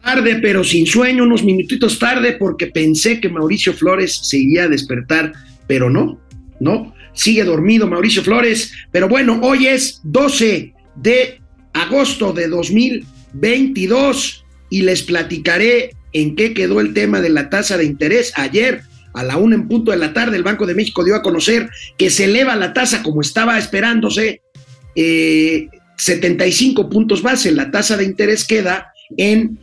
Tarde, pero sin sueño, unos minutitos tarde, porque pensé que Mauricio Flores se iría a despertar, pero no, sigue dormido Mauricio Flores. Pero bueno, hoy es 12 de agosto de 2022 y les platicaré en qué quedó el tema de la tasa de interés. Ayer, a la 1:00 p.m, el Banco de México dio a conocer que se eleva la tasa como estaba esperándose, 75 puntos base. La tasa de interés queda en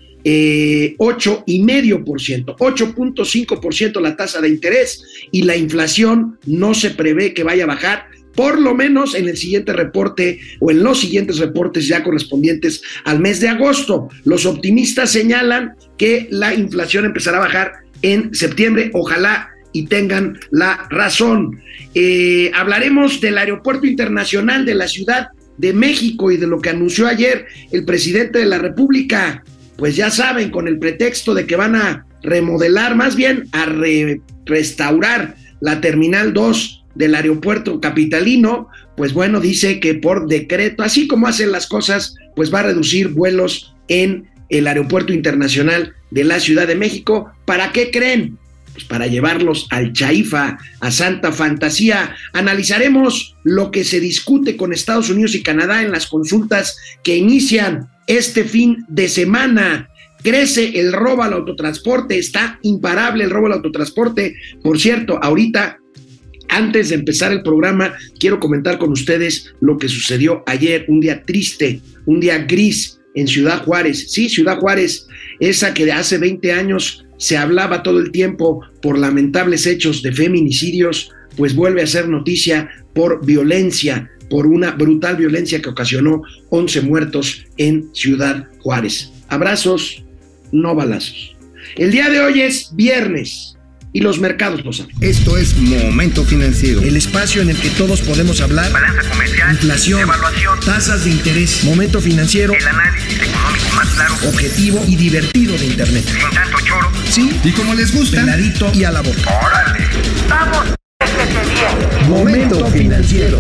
8,5%, 8.5% la tasa de interés, y la inflación no se prevé que vaya a bajar, por lo menos en el siguiente reporte o en los siguientes reportes ya correspondientes al mes de agosto. Los optimistas señalan que la inflación empezará a bajar en septiembre, ojalá y tengan la razón. Hablaremos del Aeropuerto Internacional de la Ciudad de México y de lo que anunció ayer el presidente de la República. Pues ya saben, con el pretexto de que van a remodelar, más bien a restaurar la Terminal 2 del aeropuerto capitalino, pues bueno, dice que por decreto, así como hacen las cosas, pues va a reducir vuelos en el Aeropuerto Internacional de la Ciudad de México. ¿Para qué creen? Pues para llevarlos al Chaifa, a Santa Fantasía. Analizaremos lo que se discute con Estados Unidos y Canadá en las consultas que inician este fin de semana. Crece el robo al autotransporte, está imparable el robo al autotransporte. Por cierto, ahorita, antes de empezar el programa, quiero comentar con ustedes lo que sucedió ayer, un día triste, un día gris en Ciudad Juárez. Sí, Ciudad Juárez, esa que de hace 20 años se hablaba todo el tiempo por lamentables hechos de feminicidios, pues vuelve a ser noticia por violencia, por una brutal violencia que ocasionó 11 muertos en Ciudad Juárez. Abrazos, no balazos. El día de hoy es viernes y los mercados lo saben. Esto es Momento Financiero, el espacio en el que todos podemos hablar. Balanza comercial, inflación, evaluación, tasas de interés. Momento Financiero, el análisis económico más claro, objetivo y divertido de Internet. sin tanto choro. Sí, y como les gusta, peladito y a la boca. ¡Órale! ¡Vamos! Bien. Momento Financiero.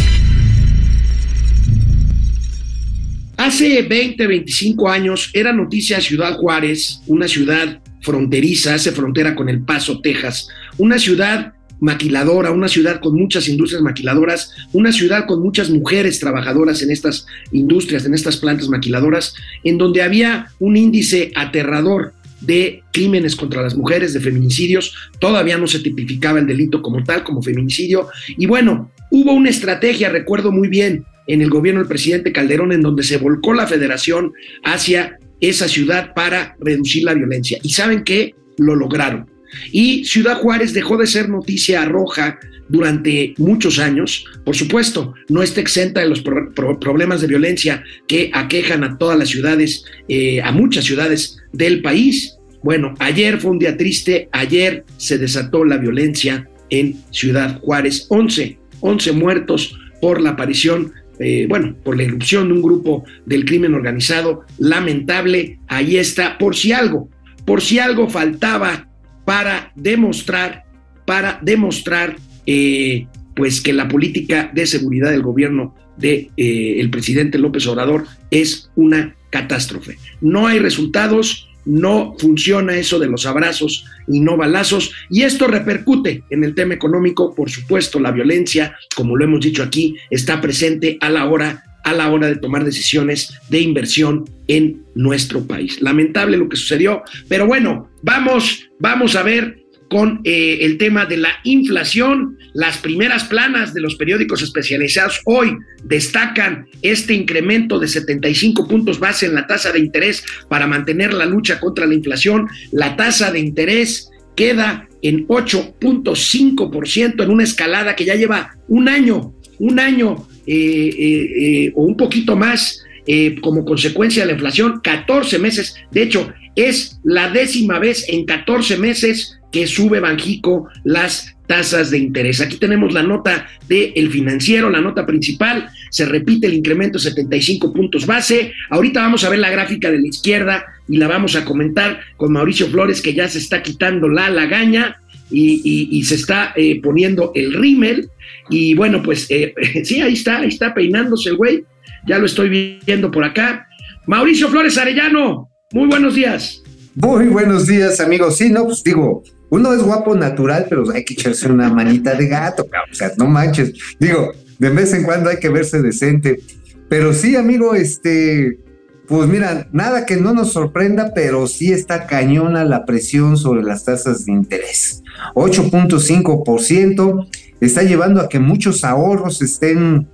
Hace 20, 25 años era noticia Ciudad Juárez, una ciudad fronteriza, hace frontera con El Paso, Texas, una ciudad maquiladora, una ciudad con muchas industrias maquiladoras, una ciudad con muchas mujeres trabajadoras en estas industrias, en estas plantas maquiladoras, en donde había un índice aterrador de crímenes contra las mujeres, de feminicidios. Todavía no se tipificaba el delito como tal, como feminicidio, y bueno, hubo una estrategia, recuerdo muy bien, en el gobierno del presidente Calderón, en donde se volcó la federación hacia esa ciudad para reducir la violencia. ¿Y saben qué? Lo lograron. Y Ciudad Juárez dejó de ser noticia roja durante muchos años. Por supuesto, no está exenta de los problemas de violencia que aquejan a todas las ciudades, a muchas ciudades del país. Bueno, ayer fue un día triste, ayer se desató la violencia en Ciudad Juárez. 11 muertos por la aparición, por la irrupción de un grupo del crimen organizado. Lamentable. Ahí está, por si algo faltaba para demostrar pues que la política de seguridad del gobierno de el presidente López Obrador es una catástrofe. No hay resultados, no funciona eso de los abrazos y no balazos, y esto repercute en el tema económico. Por supuesto, la violencia, como lo hemos dicho aquí, está presente a la hora de tomar decisiones de inversión en nuestro país. Lamentable lo que sucedió, pero bueno, vamos a ver con el tema de la inflación. Las primeras planas de los periódicos especializados hoy destacan este incremento de 75 puntos base en la tasa de interés para mantener la lucha contra la inflación. La tasa de interés queda en 8.5% en una escalada que ya lleva un año o un poquito más como consecuencia de la inflación, 14 meses. De hecho, es la 10ª vez en 14 meses que sube Banjico las tasas de interés. Aquí tenemos la nota de El Financiero, la nota principal. Se repite el incremento de 75 puntos base. Ahorita vamos a ver la gráfica de la izquierda y la vamos a comentar con Mauricio Flores, que ya se está quitando la lagaña y se está poniendo el rímel. Y bueno, pues sí, ahí está peinándose el güey. Ya lo estoy viendo por acá. Mauricio Flores Arellano, Muy buenos días. Muy buenos días, amigos. Sí, no, pues digo, uno es guapo natural, pero hay que echarse una manita de gato, cabrón. O sea, no manches. Digo, de vez en cuando hay que verse decente. Pero sí, amigo, pues mira, nada que no nos sorprenda, pero sí está cañona la presión sobre las tasas de interés. 8.5% está llevando a que muchos ahorros estén,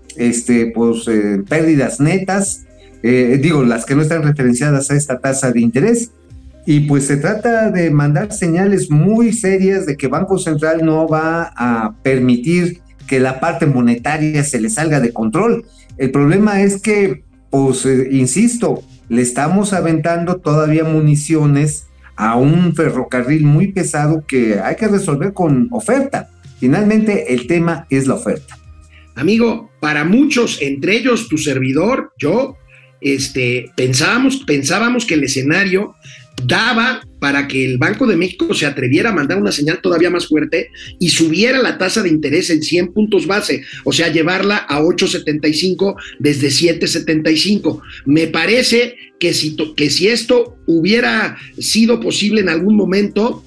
pérdidas netas, las que no están referenciadas a esta tasa de interés. Y pues se trata de mandar señales muy serias de que Banco Central no va a permitir que la parte monetaria se le salga de control. El problema es que, pues, insisto, le estamos aventando todavía municiones a un ferrocarril muy pesado que hay que resolver con oferta. Finalmente, el tema es la oferta. Amigo, para muchos, entre ellos tu servidor, yo, pensábamos que el escenario daba para que el Banco de México se atreviera a mandar una señal todavía más fuerte y subiera la tasa de interés en 100 puntos base, o sea, llevarla a 8.75 desde 7.75. Me parece que si esto hubiera sido posible en algún momento,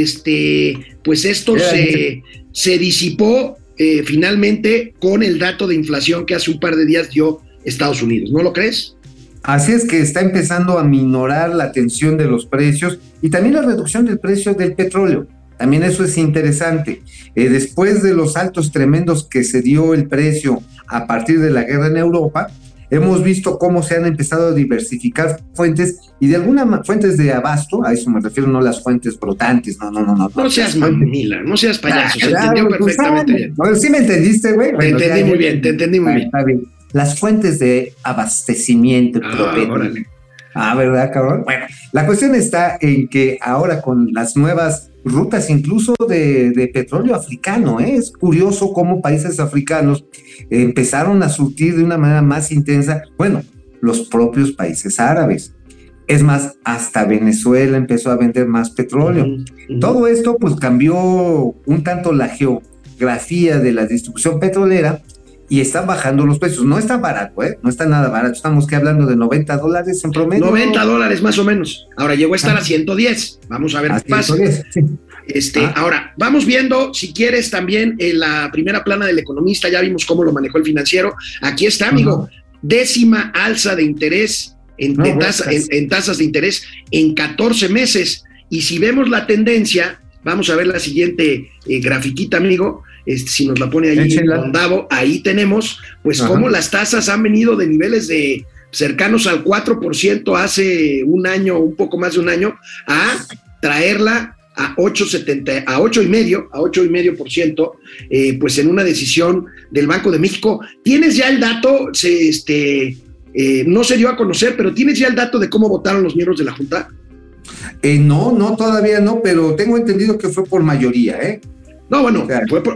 pues esto se disipó finalmente con el dato de inflación que hace un par de días dio Estados Unidos, ¿no lo crees? Así es que está empezando a minorar la tensión de los precios y también la reducción del precio del petróleo. También eso es interesante. Después de los saltos tremendos que se dio el precio a partir de la guerra en Europa, hemos visto cómo se han empezado a diversificar fuentes y de algunas fuentes de abasto, a eso me refiero, no las fuentes brotantes, no. No seas mamila, no seas payaso, se entendió perfectamente bien. Bueno, ¿sí me entendiste, güey? Te entendí muy bien. Está bien. Las fuentes de abastecimiento. Órale. ¿Verdad, cabrón? Bueno, la cuestión está en que ahora con las nuevas rutas incluso de petróleo africano, es curioso cómo países africanos empezaron a surtir de una manera más intensa, bueno, los propios países árabes. Es más, hasta Venezuela empezó a vender más petróleo. Todo esto pues cambió un tanto la geografía de la distribución petrolera y están bajando los precios. No está barato, no está nada barato. Estamos hablando de $90 en promedio. $90 más o menos. Ahora llegó a estar a 110. Vamos a ver qué pasa. Sí. Ahora, vamos viendo, si quieres, también en la primera plana del Economista, ya vimos cómo lo manejó el Financiero. Aquí está, amigo, 10ª alza de interés en tasas de interés en 14 meses. Y si vemos la tendencia, vamos a ver la siguiente grafiquita, amigo. Si nos la pone ahí con Davo, ahí tenemos, pues, cómo las tasas han venido de niveles de cercanos al 4% hace un año, un poco más de un año, a traerla a 8.5%, pues en una decisión del Banco de México. ¿Tienes ya el dato? No se dio a conocer, pero ¿tienes ya el dato de cómo votaron los miembros de la Junta? No, todavía no, pero tengo entendido que fue por mayoría, No, bueno,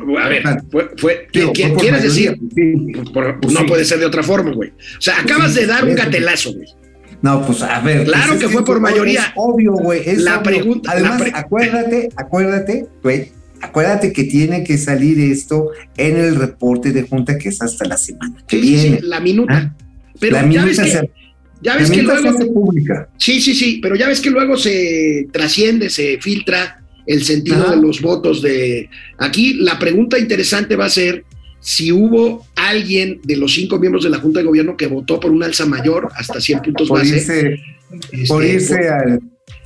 ¿quieres decir? Sí. No puede ser de otra forma, güey. O sea, acabas de dar un gatelazo, güey. No, pues a ver. Claro pues que fue por mayoría. Es obvio, güey. La pregunta. Además, acuérdate, güey. Acuérdate que tiene que salir esto en el reporte de Junta que es hasta la semana que viene. Sí, la minuta. Pero la minuta ya ves que luego se pública. Sí, pero ya ves que luego se trasciende, se filtra el sentido de los votos de... Aquí la pregunta interesante va a ser si hubo alguien de los 5 miembros de la Junta de Gobierno que votó por un alza mayor hasta 100 puntos base. Por irse al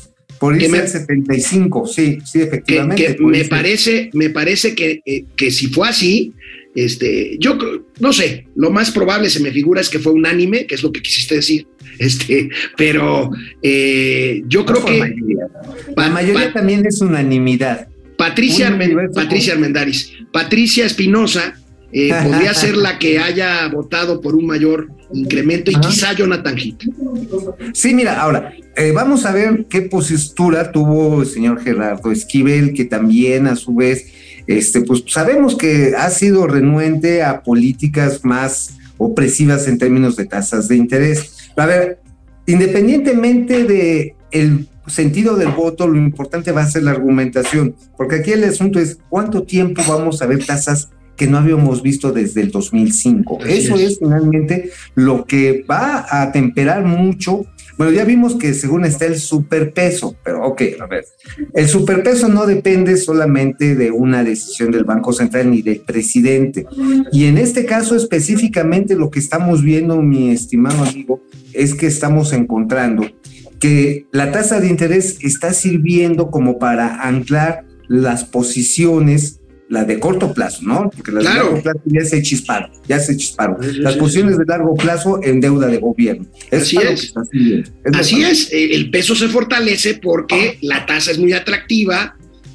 75, sí, efectivamente. Me parece que si fue así, yo no sé, lo más probable se me figura es que fue unánime, que es lo que quisiste decir, pero yo creo que la mayoría también es unanimidad. Patricia Armendáriz, Patricia Espinosa podría ser la que haya votado por un mayor incremento y quizá Jonathan Heath. Sí, mira, ahora vamos a ver qué postura tuvo el señor Gerardo Esquivel, que también a su vez pues sabemos que ha sido renuente a políticas más opresivas en términos de tasas de interés. A ver, independientemente de el sentido del voto, lo importante va a ser la argumentación, porque aquí el asunto es cuánto tiempo vamos a ver tasas que no habíamos visto desde el 2005. Eso es finalmente lo que va a temperar mucho. Bueno, ya vimos que según está el superpeso, pero ok, a ver, el superpeso no depende solamente de una decisión del Banco Central ni del presidente. Y en este caso específicamente lo que estamos viendo, mi estimado amigo, es que estamos encontrando que la tasa de interés está sirviendo como para anclar las posiciones, la de corto plazo, ¿no? Porque las de largo plazo ya se chisparon. Las posiciones de largo plazo en deuda de gobierno. Así es. Así es. El peso se fortalece porque la tasa es muy atractiva.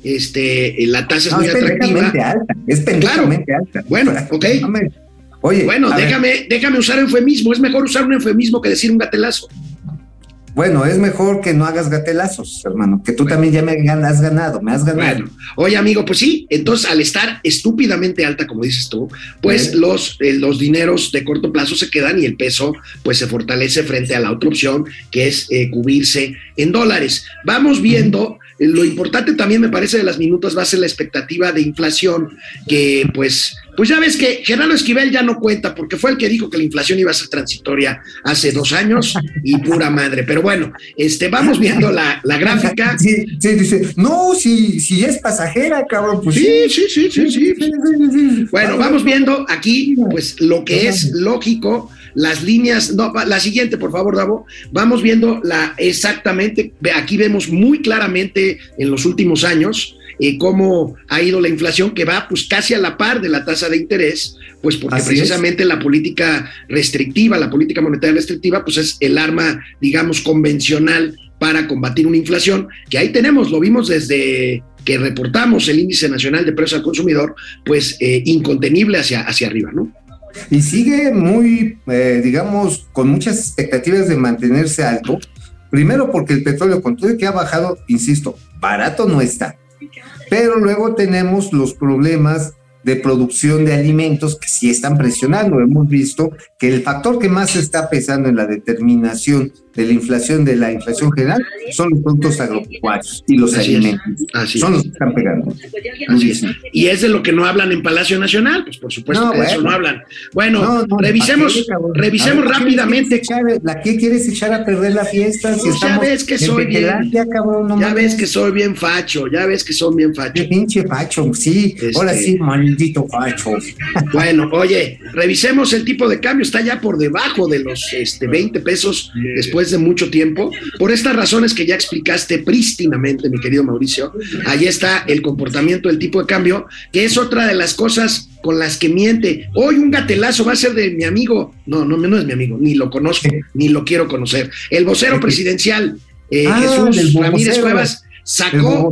La tasa es muy atractiva. Es pendejamente alta. Bueno, ok. Oye, bueno, déjame usar eufemismo. Es mejor usar un eufemismo que decir un gatelazo. Bueno, es mejor que no hagas gatelazos, hermano, que tú también ya me has ganado. Bueno, oye, amigo, pues sí, entonces al estar estúpidamente alta, como dices tú, pues los dineros de corto plazo se quedan y el peso pues se fortalece frente a la otra opción, que es cubrirse en dólares. Vamos viendo. Lo importante también me parece de las minutas va a ser la expectativa de inflación, que pues ya ves que Gerardo Esquivel ya no cuenta porque fue el que dijo que la inflación iba a ser transitoria hace 2 años y pura madre, pero bueno, vamos viendo la gráfica. Sí, dice, no, si es pasajera, cabrón, pues sí. Bueno, vamos viendo aquí pues lo que es lógico. Las líneas, no, la siguiente, por favor, Davo. Vamos viendo exactamente, aquí vemos muy claramente en los últimos años cómo ha ido la inflación, que va pues casi a la par de la tasa de interés, pues porque precisamente la política restrictiva, la política monetaria restrictiva, pues es el arma, digamos, convencional para combatir una inflación, que ahí tenemos, lo vimos desde que reportamos el índice nacional de precios al consumidor, pues incontenible hacia arriba, ¿no? Y sigue muy, digamos, con muchas expectativas de mantenerse alto. Primero porque el petróleo, con todo el que ha bajado, insisto, barato no está. Pero luego tenemos los problemas de producción de alimentos que sí están presionando. Hemos visto que el factor que más está pesando en la determinación de la inflación general son los productos agropecuarios y los alimentos. Son los que están pegando. Así es. Y es de lo que no hablan en Palacio Nacional, pues por supuesto que de eso no hablan. Bueno, revisemos rápidamente. ¿La qué quieres echar a perder la fiesta? Si ya ves que soy bien, ya ves que soy bien facho, Qué pinche facho, sí, ahora sí, maldito facho. Bueno, oye, revisemos el tipo de cambio, está ya por debajo de los 20 pesos después de mucho tiempo, por estas razones que ya explicaste prístinamente, mi querido Mauricio. Ahí está el comportamiento del tipo de cambio, que es otra de las cosas con las que miente. Hoy un gatelazo va a ser de mi amigo, no es mi amigo, ni lo conozco, ni lo quiero conocer, el vocero presidencial, Jesús Ramírez Cuevas, sacó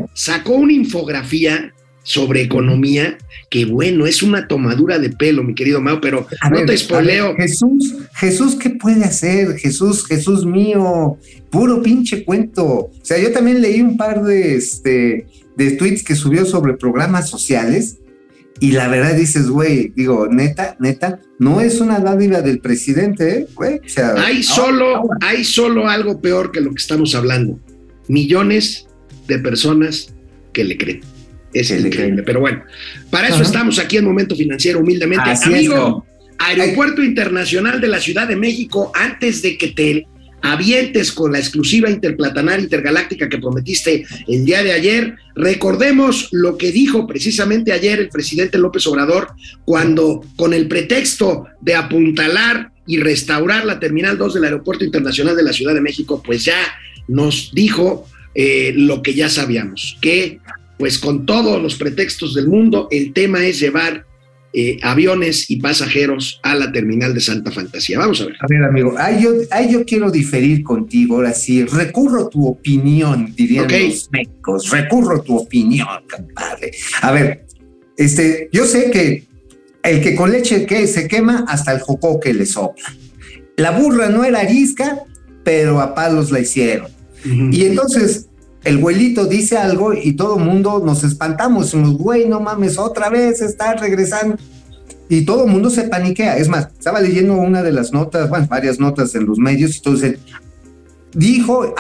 una infografía sobre economía, que bueno, es una tomadura de pelo, mi querido Mau, pero te spoileo. Jesús, ¿qué puede hacer? Jesús mío, puro pinche cuento. O sea, yo también leí un par de tweets que subió sobre programas sociales, y la verdad dices, güey, neta, no es una dádiva del presidente, güey. O sea, hay solo algo peor que lo que estamos hablando. Millones de personas que le creen. Es increíble, pero bueno, para eso estamos aquí en Momento Financiero, humildemente. Amigo, Aeropuerto Internacional de la Ciudad de México, antes de que te avientes con la exclusiva interplatanaria intergaláctica que prometiste el día de ayer, recordemos lo que dijo precisamente ayer el presidente López Obrador, cuando con el pretexto de apuntalar y restaurar la Terminal 2 del Aeropuerto Internacional de la Ciudad de México, pues ya nos dijo lo que ya sabíamos, que pues con todos los pretextos del mundo, el tema es llevar aviones y pasajeros a la terminal de Santa Fantasía. Vamos a ver. A ver, amigo, yo quiero diferir contigo, ahora sí, recurro a tu opinión, dirían los mecos, recurro a tu opinión, compadre. A ver, yo sé que el que con leche que se quema, hasta el jocoque le sopla. La burra no era arisca, pero a palos la hicieron. Y entonces el güelito dice algo y todo el mundo nos espantamos, güey, no mames, otra vez está regresando, y todo el mundo se paniquea. Es más, estaba leyendo una de las notas, varias notas en los medios, y entonces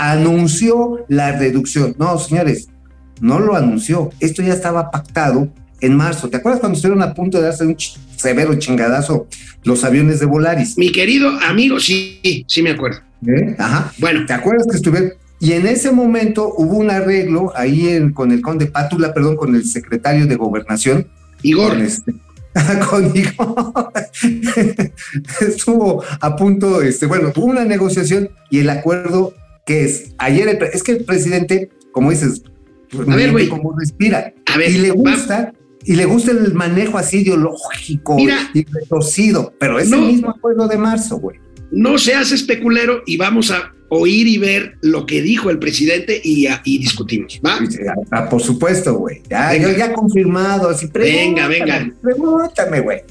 anunció la reducción. No, señores, no lo anunció, esto ya estaba pactado en marzo. ¿Te acuerdas cuando estuvieron a punto de darse un severo chingadazo los aviones de Volaris? Mi querido amigo, sí me acuerdo. Ajá. Bueno. ¿Te acuerdas que estuvieron? Y en ese momento hubo un arreglo ahí con el conde Pátula, con el secretario de Gobernación. Igor. Con Igor. Estuvo a punto, hubo una negociación y el acuerdo que es, es que el presidente, como dices, a ver, güey, como respira, a ver, y le gusta el manejo así ideológico y retorcido, pero es el mismo acuerdo de marzo, güey. No seas especulero y vamos a oír y ver lo que dijo el presidente y discutimos, ¿va? Por supuesto, güey. Ya confirmado. Así, venga. Pregúntame, güey.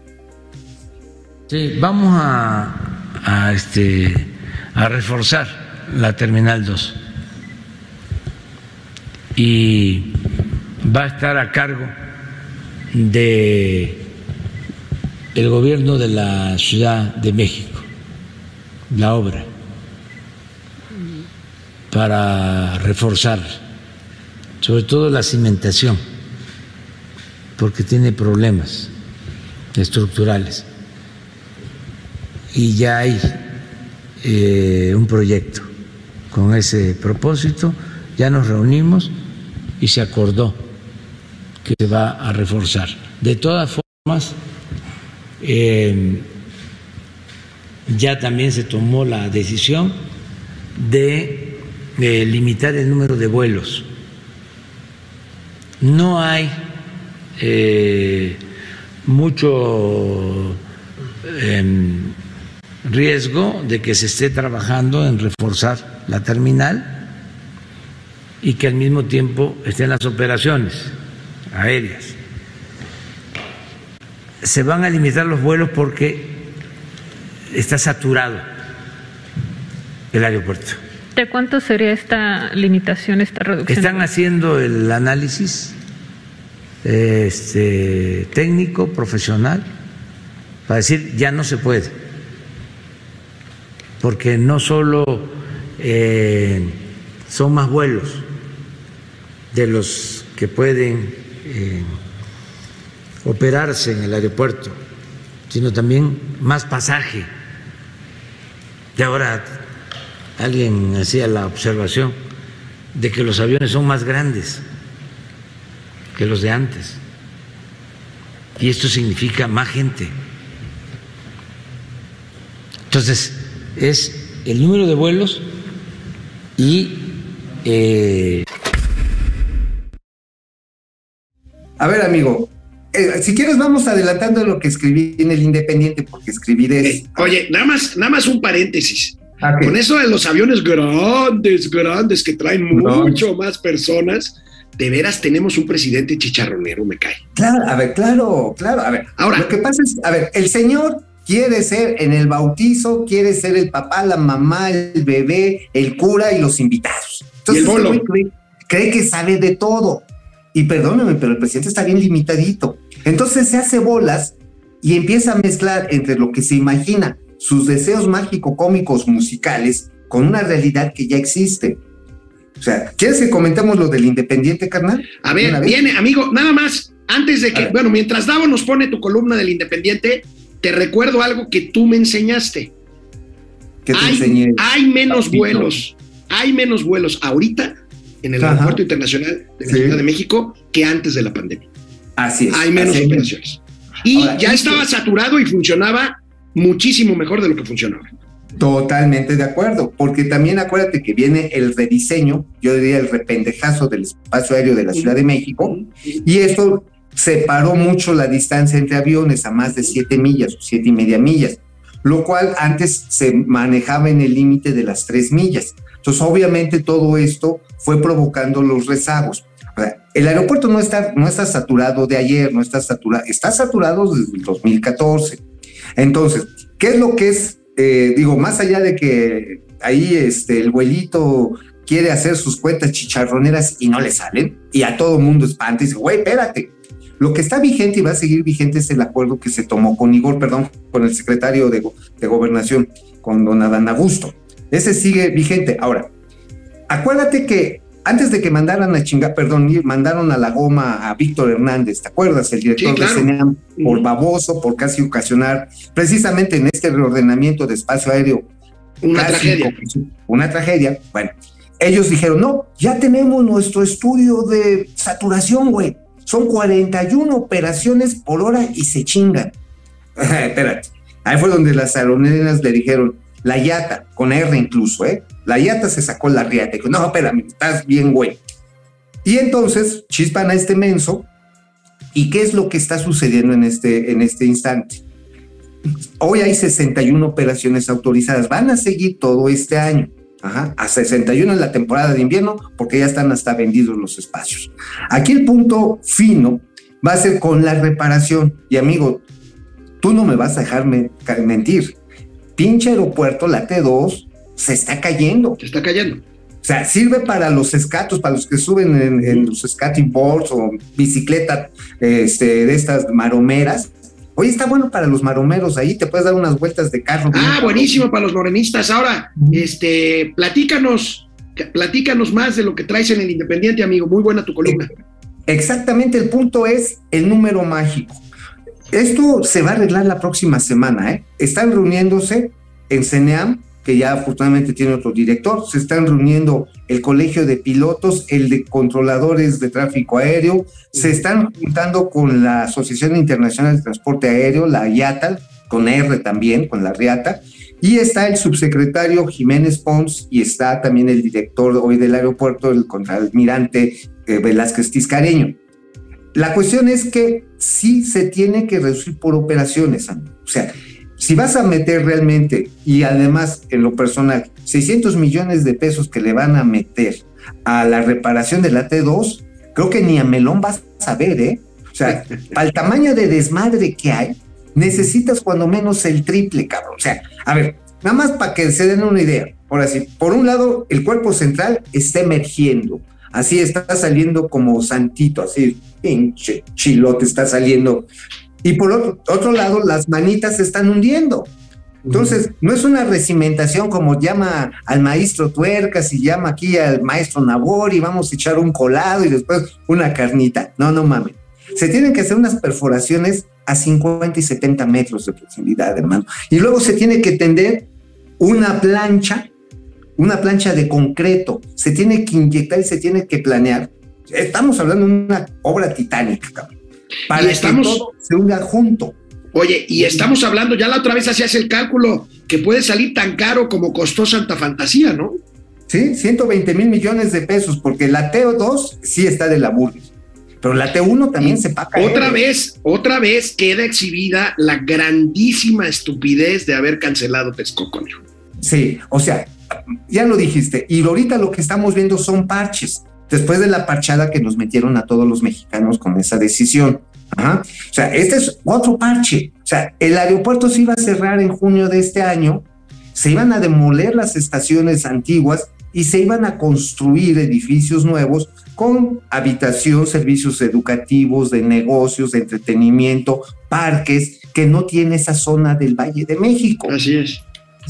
Sí, vamos a reforzar la Terminal 2 y va a estar a cargo de el gobierno de la Ciudad de México, la obra, para reforzar, sobre todo la cimentación, porque tiene problemas estructurales. Y ya hay un proyecto con ese propósito, ya nos reunimos y se acordó que se va a reforzar. De todas formas, ya también se tomó la decisión de limitar el número de vuelos. No hay mucho riesgo de que se esté trabajando en reforzar la terminal y que al mismo tiempo estén las operaciones aéreas. Se van a limitar los vuelos porque está saturado el aeropuerto. ¿De cuánto sería esta limitación, esta reducción? Están haciendo el análisis técnico, profesional, para decir ya no se puede, porque no solo son más vuelos de los que pueden operarse en el aeropuerto, sino también más pasaje. Y ahora alguien hacía la observación de que los aviones son más grandes que los de antes, y esto significa más gente. Entonces, es el número de vuelos y A ver, amigo, si quieres vamos adelantando lo que escribí en el Independiente, porque escribí de eso. Oye, nada más un paréntesis. Okay. Con eso de los aviones grandes que traen mucho más personas, de veras tenemos un presidente chicharronero, me cae. Claro, a ver, a ver. Ahora, lo que pasa es, el señor quiere ser en el bautizo, quiere ser el papá, la mamá, el bebé, el cura y los invitados. Entonces, y el bolo. Cree que sabe de todo. Y perdóname, pero el presidente está bien limitadito. Entonces se hace bolas y empieza a mezclar entre lo que se imagina, sus deseos mágico-cómicos musicales, con una realidad que ya existe. O sea, ¿quieres que comentemos lo del Independiente, carnal? A ver, viene, amigo, nada más, antes de que, mientras Davo nos pone tu columna del Independiente, te recuerdo algo que tú me enseñaste. ¿Qué te enseñé? Hay menos vuelos ahorita en el Aeropuerto Internacional de la Ciudad de México que antes de la pandemia. Así es. Hay menos operaciones. Y ahora, ya estaba saturado y funcionaba muchísimo mejor de lo que funcionaba. Totalmente de acuerdo, porque también acuérdate que viene el rediseño, yo diría el rependejazo del espacio aéreo de la Ciudad de México, y esto separó mucho la distancia entre aviones a más de 7 millas o 7.5 millas, lo cual antes se manejaba en el límite de las 3 millas. Entonces, obviamente, todo esto fue provocando los rezagos. El aeropuerto no está saturado de ayer, está saturado desde el 2014. Entonces, ¿qué es lo que es? Más allá de que ahí el güelito quiere hacer sus cuentas chicharroneras y no le salen, y a todo mundo espanta y dice, güey, espérate. Lo que está vigente y va a seguir vigente es el acuerdo que se tomó con el secretario de Gobernación, con don Adán Augusto. Ese sigue vigente. Ahora, acuérdate que antes de que mandaran a chingar, mandaron a la goma a Víctor Hernández, ¿te acuerdas? El director de CENEAM, por baboso, por casi ocasionar, precisamente en este reordenamiento de espacio aéreo, una tragedia. Una tragedia. Bueno, ellos dijeron, no, ya tenemos nuestro estudio de saturación, güey. Son 41 operaciones por hora y se chingan. Espérate. Ahí fue donde las aerolíneas le dijeron, la IATA, con R incluso, la IATA se sacó la riata y dijo, no, espérame, estás bien, güey. Y entonces chispan a este menso. ¿Y qué es lo que está sucediendo en este instante? Hoy hay 61 operaciones autorizadas, van a seguir todo este año, a 61 en la temporada de invierno, porque ya están hasta vendidos los espacios. Aquí el punto fino va a ser con la reparación, y amigo, tú no me vas a dejarme mentir, pinche aeropuerto, la T2, se está cayendo. Se está cayendo. O sea, sirve para los escatos, para los que suben en los skating boards o bicicleta de estas maromeras. Oye, está bueno para los maromeros, ahí te puedes dar unas vueltas de carro. Buenísimo para los morenistas. Ahora, platícanos más de lo que traes en el Independiente, amigo. Muy buena tu columna. Exactamente, el punto es el número mágico. Esto se va a arreglar la próxima semana, Están reuniéndose en CENEAM, que ya afortunadamente tiene otro director, se están reuniendo el Colegio de Pilotos, el de Controladores de Tráfico Aéreo, se están juntando con la Asociación Internacional de Transporte Aéreo, la IATA, con R también, con la RIATA, y está el subsecretario Jiménez Pons, y está también el director hoy del aeropuerto, el contraalmirante Velázquez Tiscareño. La cuestión es que sí se tiene que reducir por operaciones, amigo. O sea, si vas a meter realmente, y además en lo personal, 600 millones de pesos que le van a meter a la reparación de la T2, creo que ni a melón vas a ver, O sea, al tamaño de desmadre que hay, necesitas cuando menos el triple, cabrón. O sea, a ver, nada más para que se den una idea. Ahora sí, por un lado, el cuerpo central está emergiendo. Así está saliendo como santito, así, pinche chilote está saliendo. Y por otro lado, las manitas se están hundiendo. Entonces, no es una recimentación como llama al maestro Tuercas y llama aquí al maestro Nabor y vamos a echar un colado y después una carnita. No mames. Se tienen que hacer unas perforaciones a 50 y 70 metros de profundidad, hermano. Y luego se tiene que tender una plancha de concreto. Se tiene que inyectar y se tiene que planear. Estamos hablando de una obra titánica, cabrón. Para que todo se hunda junto. Oye, y estamos hablando, ya la otra vez hacías el cálculo, que puede salir tan caro como costó Santa Fantasía, ¿no? Sí, 120 mil millones de pesos, porque la T2 sí está de la Burgess, pero la T1 también se paga. Otra vez queda exhibida la grandísima estupidez de haber cancelado Texcoco. Sí, o sea, ya lo dijiste, y ahorita lo que estamos viendo son parches, después de la parchada que nos metieron a todos los mexicanos con esa decisión. O sea, este es otro parche. O sea, el aeropuerto se iba a cerrar en junio de este año, se iban a demoler las estaciones antiguas y se iban a construir edificios nuevos con habitación, servicios educativos, de negocios, de entretenimiento, parques, que no tiene esa zona del Valle de México. Así es.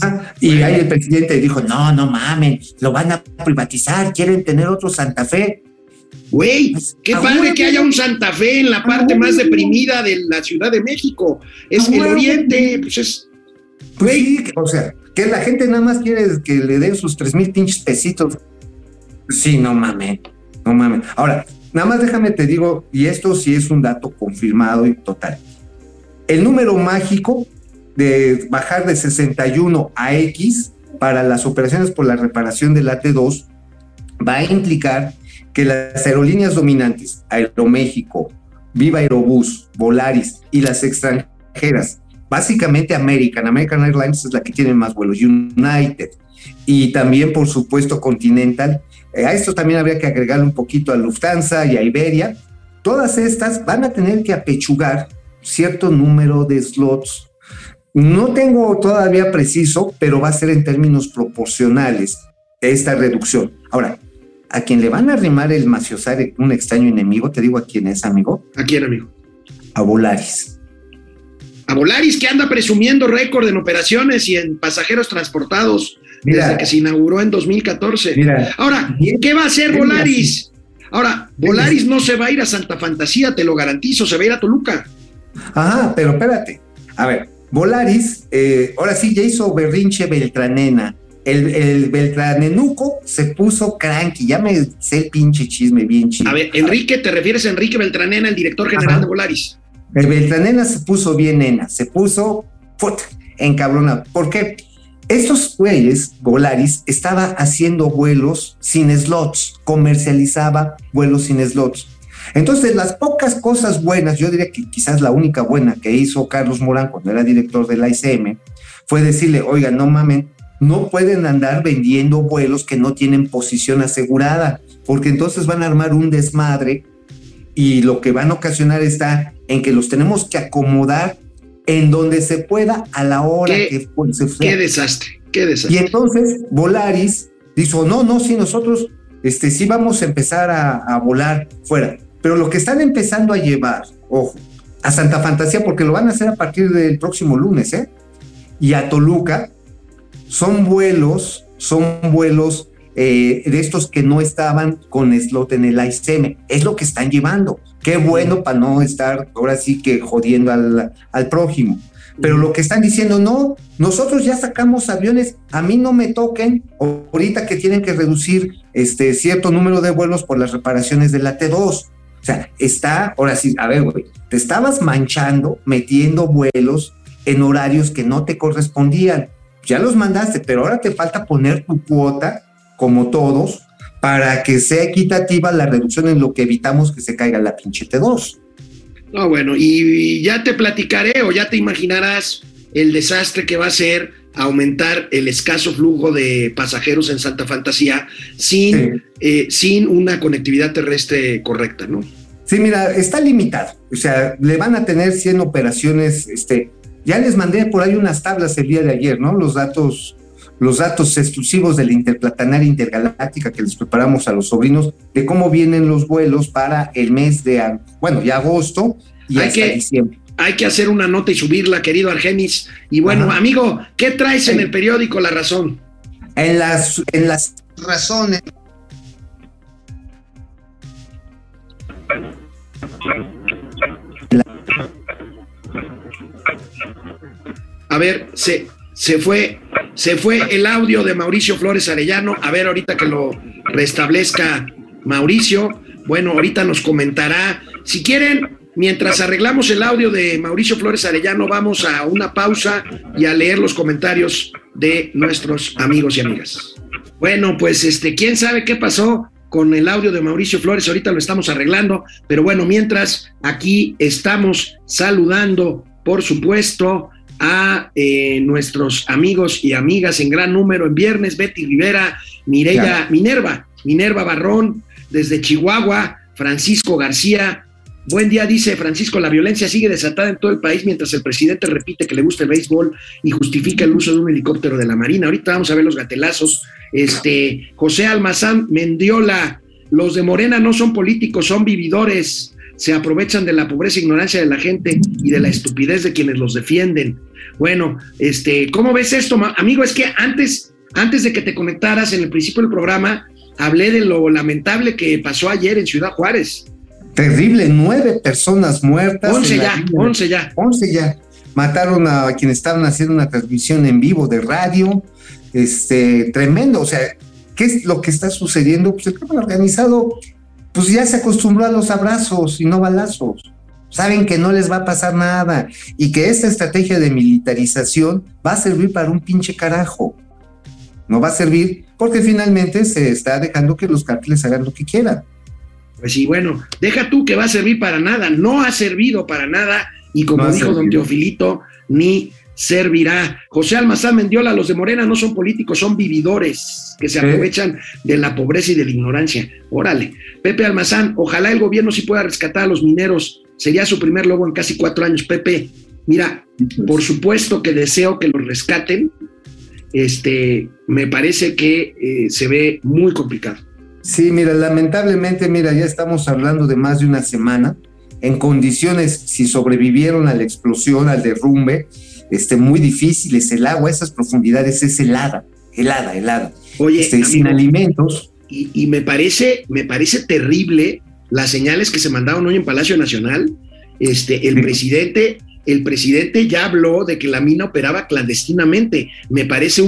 Y ahí el presidente dijo, no mamen, lo van a privatizar, quieren tener otro Santa Fe. Güey, qué padre que haya un Santa Fe en la parte más deprimida de la Ciudad de México. Es el oriente, pues es... Güey, sí, o sea, que la gente nada más quiere que le den sus 3,000 pinches pesitos. Sí, no mames. Ahora, nada más déjame te digo, y esto sí es un dato confirmado y total. El número mágico de bajar de 61 a X para las operaciones por la reparación de la T2 va a implicar que las aerolíneas dominantes, Aeroméxico, Viva Aerobús, Volaris y las extranjeras, básicamente American Airlines es la que tiene más vuelos, United, y también por supuesto Continental, a esto también habría que agregarle un poquito a Lufthansa y a Iberia. Todas estas van a tener que apechugar cierto número de slots. No tengo todavía preciso, pero va a ser en términos proporcionales esta reducción. Ahora, a quien le van a arrimar el maciosare, un extraño enemigo, te digo a quién es, amigo. ¿A quién, amigo? A Volaris. A Volaris, que anda presumiendo récord en operaciones y en pasajeros transportados desde que se inauguró en 2014. Mira, ahora, ¿qué va a hacer Volaris? Ahora, Volaris no se va a ir a Santa Fantasía, te lo garantizo, se va a ir a Toluca. Ajá, pero espérate. A ver, Volaris, ahora sí ya hizo berrinche Beltranena. El Beltranenuco se puso cranky, ya me sé el pinche chisme bien chido. A ver, Enrique, ¿te refieres a Enrique Beltranena, el director general de Volaris? El Beltranena se puso bien nena, se puso encabronado. ¿Por qué? Estos güeyes, Volaris, estaba haciendo vuelos sin slots, comercializaba vuelos sin slots. Entonces, las pocas cosas buenas, yo diría que quizás la única buena que hizo Carlos Morán cuando era director de la ICM, fue decirle, oiga, no mamen, no pueden andar vendiendo vuelos que no tienen posición asegurada, porque entonces van a armar un desmadre y lo que van a ocasionar está en que los tenemos que acomodar en donde se pueda a la hora que se Qué desastre, qué desastre. Y entonces Volaris dijo, no, sí, nosotros sí vamos a empezar a volar fuera, pero lo que están empezando a llevar, ojo, a Santa Fantasía, porque lo van a hacer a partir del próximo lunes, y a Toluca, son vuelos de estos que no estaban con slot en el ICM, es lo que están llevando. Qué bueno para no estar ahora sí que jodiendo al prójimo. Pero lo que están diciendo, no, nosotros ya sacamos aviones, a mí no me toquen, ahorita que tienen que reducir cierto número de vuelos por las reparaciones de la T2. O sea, ahora sí, a ver, güey, te estabas manchando, metiendo vuelos en horarios que no te correspondían. Ya los mandaste, pero ahora te falta poner tu cuota, como todos, para que sea equitativa la reducción en lo que evitamos que se caiga la pinche T2. No, bueno, y ya te platicaré o ya te imaginarás el desastre que va a ser aumentar el escaso flujo de pasajeros en Santa Fantasía sin una conectividad terrestre correcta, ¿no? Sí, mira, está limitado. O sea, le van a tener 100 operaciones, ya les mandé por ahí unas tablas el día de ayer, ¿no? Los datos exclusivos de la Interplatanaria Intergaláctica que les preparamos a los sobrinos, de cómo vienen los vuelos para el mes de agosto y hasta diciembre. Hay que hacer una nota y subirla, querido Argenis. Y bueno, amigo, ¿qué traes en el periódico La Razón? En las razones. A ver, se fue el audio de Mauricio Flores Arellano. A ver, ahorita que lo restablezca Mauricio. Bueno, ahorita nos comentará. Si quieren, mientras arreglamos el audio de Mauricio Flores Arellano, vamos a una pausa y a leer los comentarios de nuestros amigos y amigas. Bueno, pues quién sabe qué pasó con el audio de Mauricio Flores, ahorita lo estamos arreglando, pero bueno, mientras aquí estamos saludando, por supuesto, a nuestros amigos y amigas en gran número en viernes, Betty Rivera, Minerva Barrón, desde Chihuahua, Francisco García. Buen día, dice Francisco, la violencia sigue desatada en todo el país mientras el presidente repite que le gusta el béisbol y justifica el uso de un helicóptero de la Marina. Ahorita vamos a ver los gatelazos. José Almazán Mendiola, los de Morena no son políticos, son vividores, se aprovechan de la pobreza e ignorancia de la gente y de la estupidez de quienes los defienden. Bueno, ¿cómo ves esto, amigo? Es que antes de que te conectaras en el principio del programa, hablé de lo lamentable que pasó ayer en Ciudad Juárez. Terrible, 9 personas muertas. 11 ya. Mataron a quienes estaban haciendo una transmisión en vivo de radio. Tremendo. O sea, ¿qué es lo que está sucediendo? Pues el crimen organizado, pues ya se acostumbró a los abrazos y no balazos. Saben que no les va a pasar nada y que esta estrategia de militarización va a servir para un pinche carajo. No va a servir porque finalmente se está dejando que los cárteles hagan lo que quieran. Pues sí, bueno, deja tú que va a servir para nada, no ha servido para nada y como no dijo don Teofilito, ni servirá. José Almazán Mendiola, los de Morena no son políticos, son vividores que se aprovechan de la pobreza y de la ignorancia. Órale. Pepe Almazán, ojalá el gobierno sí pueda rescatar a los mineros, sería su primer logro en casi 4 años. Pepe, mira, por supuesto que deseo que los rescaten, me parece que se ve muy complicado. Sí, mira, lamentablemente, ya estamos hablando de más de una semana, en condiciones, si sobrevivieron a la explosión, al derrumbe, muy difíciles, el agua a esas profundidades es helada, helada. Oye, sin amigo, alimentos. Y me parece terrible las señales que se mandaron hoy en Palacio Nacional. El presidente ya habló de que la mina operaba clandestinamente. Me parece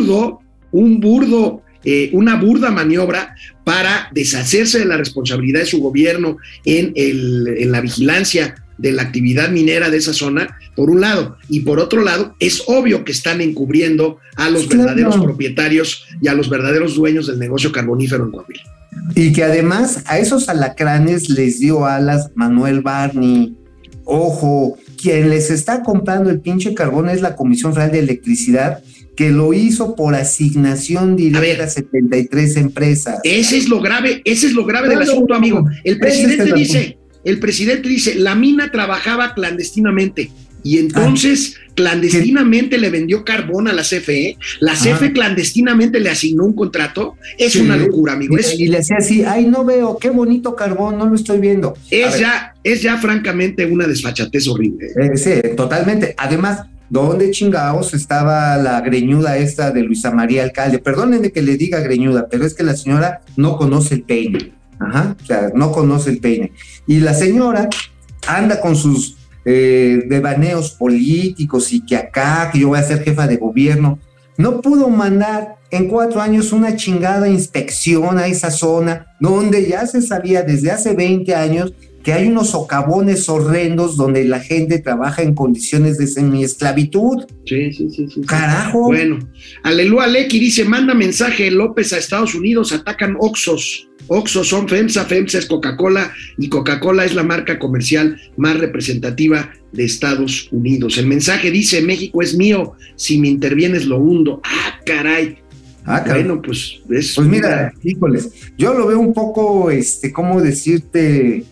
una burda maniobra para deshacerse de la responsabilidad de su gobierno en la vigilancia de la actividad minera de esa zona, por un lado, y por otro lado, es obvio que están encubriendo a los verdaderos propietarios y a los verdaderos dueños del negocio carbonífero en Coahuila. Y que además a esos alacranes les dio alas Manuel Barney. Ojo, quien les está comprando el pinche carbón es la Comisión Federal de Electricidad, que lo hizo por asignación directa a 73 empresas. Ese es lo grave del asunto, amigo. El presidente dice, la mina trabajaba clandestinamente y entonces clandestinamente le vendió carbón a la CFE, la CFE clandestinamente le asignó un contrato. Es una locura, amigo. Y le hacía así, ay, no veo, qué bonito carbón, no lo estoy viendo. Es ya francamente una desfachatez horrible. Sí, totalmente. Además, ¿dónde chingados estaba la greñuda esta de Luisa María Alcalde? Perdónenme que le diga greñuda, pero es que la señora no conoce el peine. O sea, no conoce el peine. Y la señora anda con sus devaneos políticos y que acá, que yo voy a ser jefa de gobierno. No pudo mandar en 4 años una chingada inspección a esa zona donde ya se sabía desde hace 20 años que hay unos socavones horrendos donde la gente trabaja en condiciones de semiesclavitud. Sí. Carajo. Bueno, Aleluya Lecky dice, manda mensaje López a Estados Unidos, atacan Oxxos. Oxxos son FEMSA es Coca-Cola y Coca-Cola es la marca comercial más representativa de Estados Unidos. El mensaje dice, México es mío, si me intervienes lo hundo. ¡Ah, caray! Bueno, pues mira, híjoles, yo lo veo un poco, ¿cómo decirte?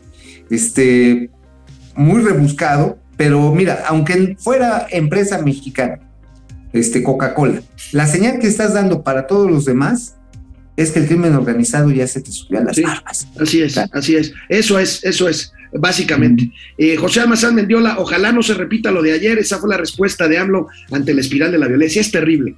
Muy rebuscado, pero mira, aunque fuera empresa mexicana, Coca-Cola, la señal que estás dando para todos los demás es que el crimen organizado ya se te subió a las armas. Así es. Eso es, básicamente. José Almazán Mendiola, ojalá no se repita lo de ayer, esa fue la respuesta de AMLO ante la espiral de la violencia. Es terrible.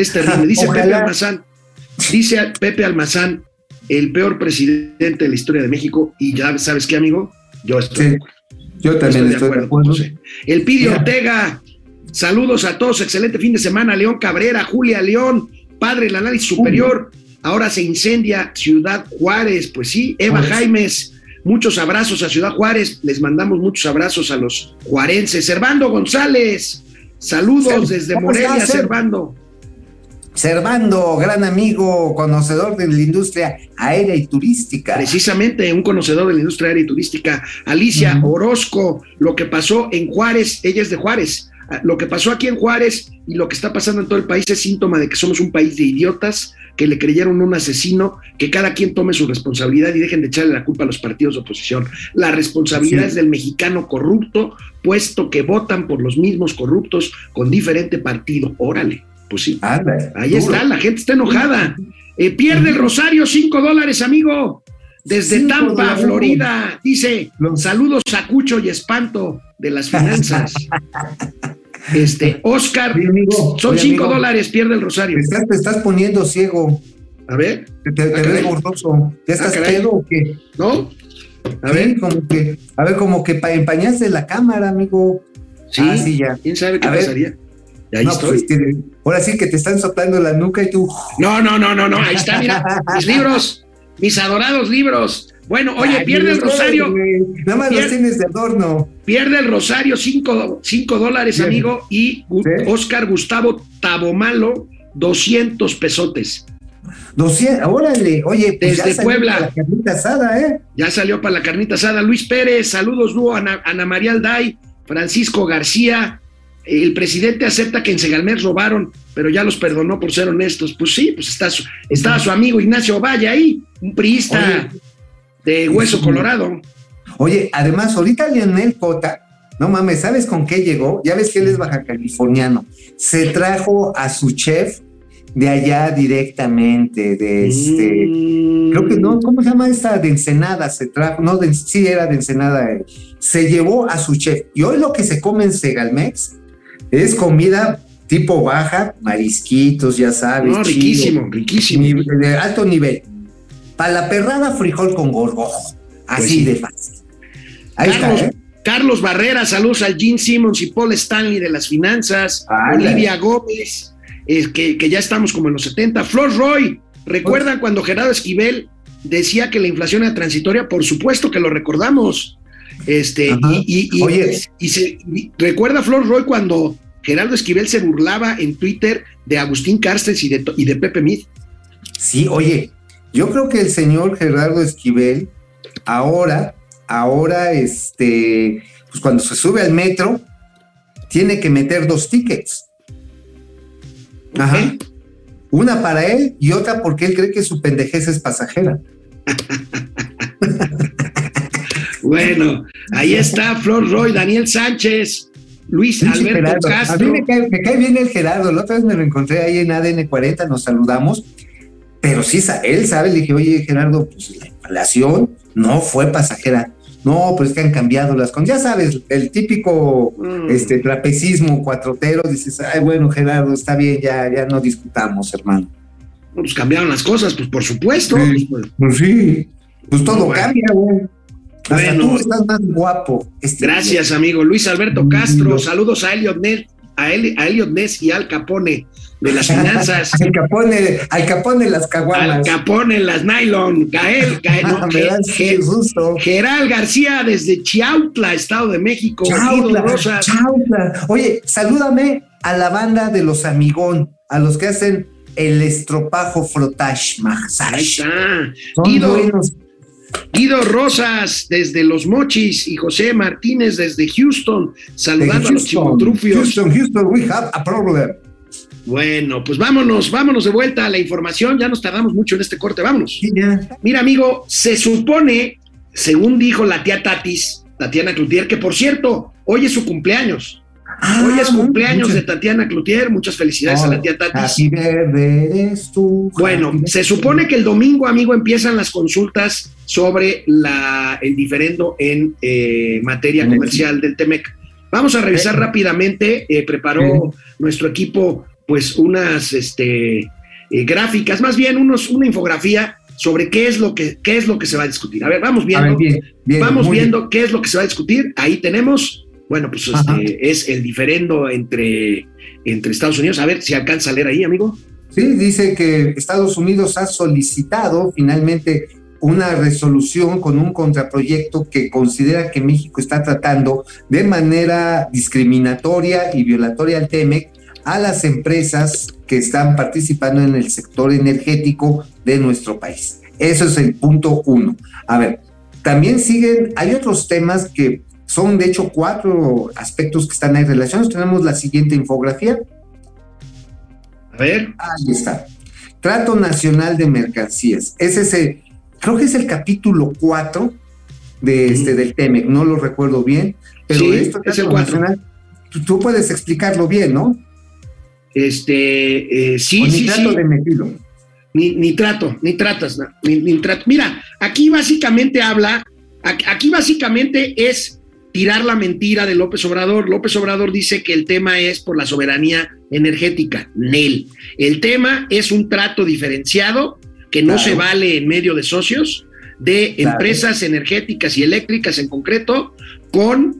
Dice Pepe Almazán, el peor presidente de la historia de México, y ya sabes qué, amigo, yo estoy yo también estoy de acuerdo. José. El Pidio Ortega, saludos a todos, excelente fin de semana. León Cabrera, Julia León, padre del análisis superior, ahora se incendia Ciudad Juárez, pues sí. Eva Jaimes, muchos abrazos a Ciudad Juárez, les mandamos muchos abrazos a los juarenses. Servando González, saludos desde Morelia, Servando. Servando, gran amigo, conocedor de la industria aérea y turística. Precisamente, un conocedor de la industria aérea y turística. Alicia Orozco, lo que pasó en Juárez, ella es de Juárez, lo que pasó aquí en Juárez y lo que está pasando en todo el país es síntoma de que somos un país de idiotas, que le creyeron un asesino, que cada quien tome su responsabilidad y dejen de echarle la culpa a los partidos de oposición. La responsabilidad es del mexicano corrupto, puesto que votan por los mismos corruptos con diferente partido. Órale. Pues sí, ahí está, la gente está enojada. Pierde el Rosario, $5, amigo, desde Tampa, Florida. Dice, saludos a Cucho y Espanto de las finanzas. Oscar, son $5, pierde el Rosario. Te estás poniendo ciego. A ver. Te ves borroso. ¿Ya estás pedo o qué? ¿No? A ver, como que empañaste la cámara, amigo. Sí, ya. ¿Quién sabe qué pasaría? Ahí estoy. Pues, ahora sí que te están soplando la nuca y tú. No, ahí está, mira, mis libros, mis adorados libros. Bueno, oye, pierde el Rosario. Nada más los tienes de adorno. Pierde el Rosario, $5, amigo, y Oscar Gustavo Tabomalo, 200 pesotes. 200, órale, oye, pues desde ya Puebla. Para la carnita asada, Ya salió para la carnita asada. Luis Pérez, saludos, dúo, Ana María Alday, Francisco García. El presidente acepta que en Segalmex robaron, pero ya los perdonó por ser honestos. Pues sí, pues estaba su amigo Ignacio Valle ahí, un priista de hueso colorado. Oye, además, ahorita Leonel Cota, no mames, ¿sabes con qué llegó? Ya ves que él es baja californiano. Se trajo a su chef de allá directamente, creo que no, ¿cómo se llama esta? De Ensenada se trajo, no, sí era de Ensenada. Se llevó a su chef. Y hoy lo que se come en Segalmex es comida tipo baja, marisquitos, ya sabes. No, riquísimo, riquísimo. De alto nivel. Para la perrada, frijol con gorgojo. Así Pues sí. de fácil. Ahí Carlos, está, ¿eh? Carlos Barrera, saludos al Gene Simmons y Paul Stanley de las finanzas. Ándale. Olivia Gómez, que ya estamos como en los 70. Flor Roy, ¿recuerdan cuando Gerardo Esquivel decía que la inflación era transitoria? Por supuesto que lo recordamos. Oye. ¿Recuerda Flor Roy cuando Gerardo Esquivel se burlaba en Twitter de Agustín Carstens y de Pepe Mit? Sí, oye, yo creo que el señor Gerardo Esquivel ahora, pues cuando se sube al metro, tiene que meter 2 tickets. Ajá. ¿Eh? Una para él y otra porque él cree que su pendejez es pasajera. Bueno, ahí está Flor Roy, Daniel Sánchez, Luis Pinche Alberto Gerardo. Castro. A mí me cae bien el Gerardo. La otra vez me lo encontré ahí en ADN 40, nos saludamos. Pero sí, él sabe, le dije, oye, Gerardo, pues la inflación no fue pasajera. No, pues es que han cambiado las cosas. Ya sabes, el típico trapecismo cuatrotero, dices, ay, bueno, Gerardo, está bien, ya no discutamos, hermano. Pues cambiaron las cosas, pues por supuesto. Sí, pues sí, pues todo Bueno. cambia, güey. Hasta Bueno. tú estás más guapo. Gracias, amigo. Luis Alberto Castro, saludos a Elliot Ness y Al Capone de las finanzas. Al Capone las Al caguamas. Capone las nylon. Me das susto. Geral García desde Chiautla, Estado de México. Guido Chautla, Rosas. Chautla. Oye, salúdame a la banda de los Amigón, a los que hacen el estropajo frotage Ahí massage. está. Son buenos. Guido Rosas desde Los Mochis y José Martínez desde Houston, saludando a los chimotrufios. Houston, we have a problem. Bueno, pues vámonos de vuelta a la información, ya nos tardamos mucho en este corte, vámonos. Sí, ya. Mira, amigo, se supone, según dijo la tía Tatis, Tatiana Cloutier, que por cierto, hoy es su cumpleaños. Hoy es cumpleaños de Tatiana Cloutier, muchas felicidades a la tía Tatis. Happy birthday eres tú. Bueno, se supone que el domingo, amigo, empiezan las consultas sobre el diferendo en materia comercial del TEMEC. Vamos a revisar rápidamente, preparó nuestro equipo pues unas gráficas, más bien una infografía sobre qué es lo que se va a discutir. A ver, vamos viendo, vamos viendo qué es lo que se va a discutir. Ahí tenemos, bueno, pues es el diferendo entre Estados Unidos. A ver si alcanza a leer ahí, amigo. Sí, dice que Estados Unidos ha solicitado finalmente una resolución con un contraproyecto que considera que México está tratando de manera discriminatoria y violatoria al TEMEC a las empresas que están participando en el sector energético de nuestro país. Eso es el punto 1. A ver, también hay otros temas que son de hecho 4 aspectos que están ahí relacionados. Tenemos la siguiente infografía. A ver. Ahí está. Trato Nacional de Mercancías. Creo que es el capítulo 4 del TEMEC, no lo recuerdo bien, pero sí, esto es el 4. Tú puedes explicarlo bien, ¿no? Sí. Nitrato de metilo. Nitrato. Mira, aquí básicamente es tirar la mentira de López Obrador. López Obrador dice que el tema es por la soberanía energética. Nel. El tema es un trato diferenciado que no se vale en medio de socios, de empresas energéticas y eléctricas en concreto, con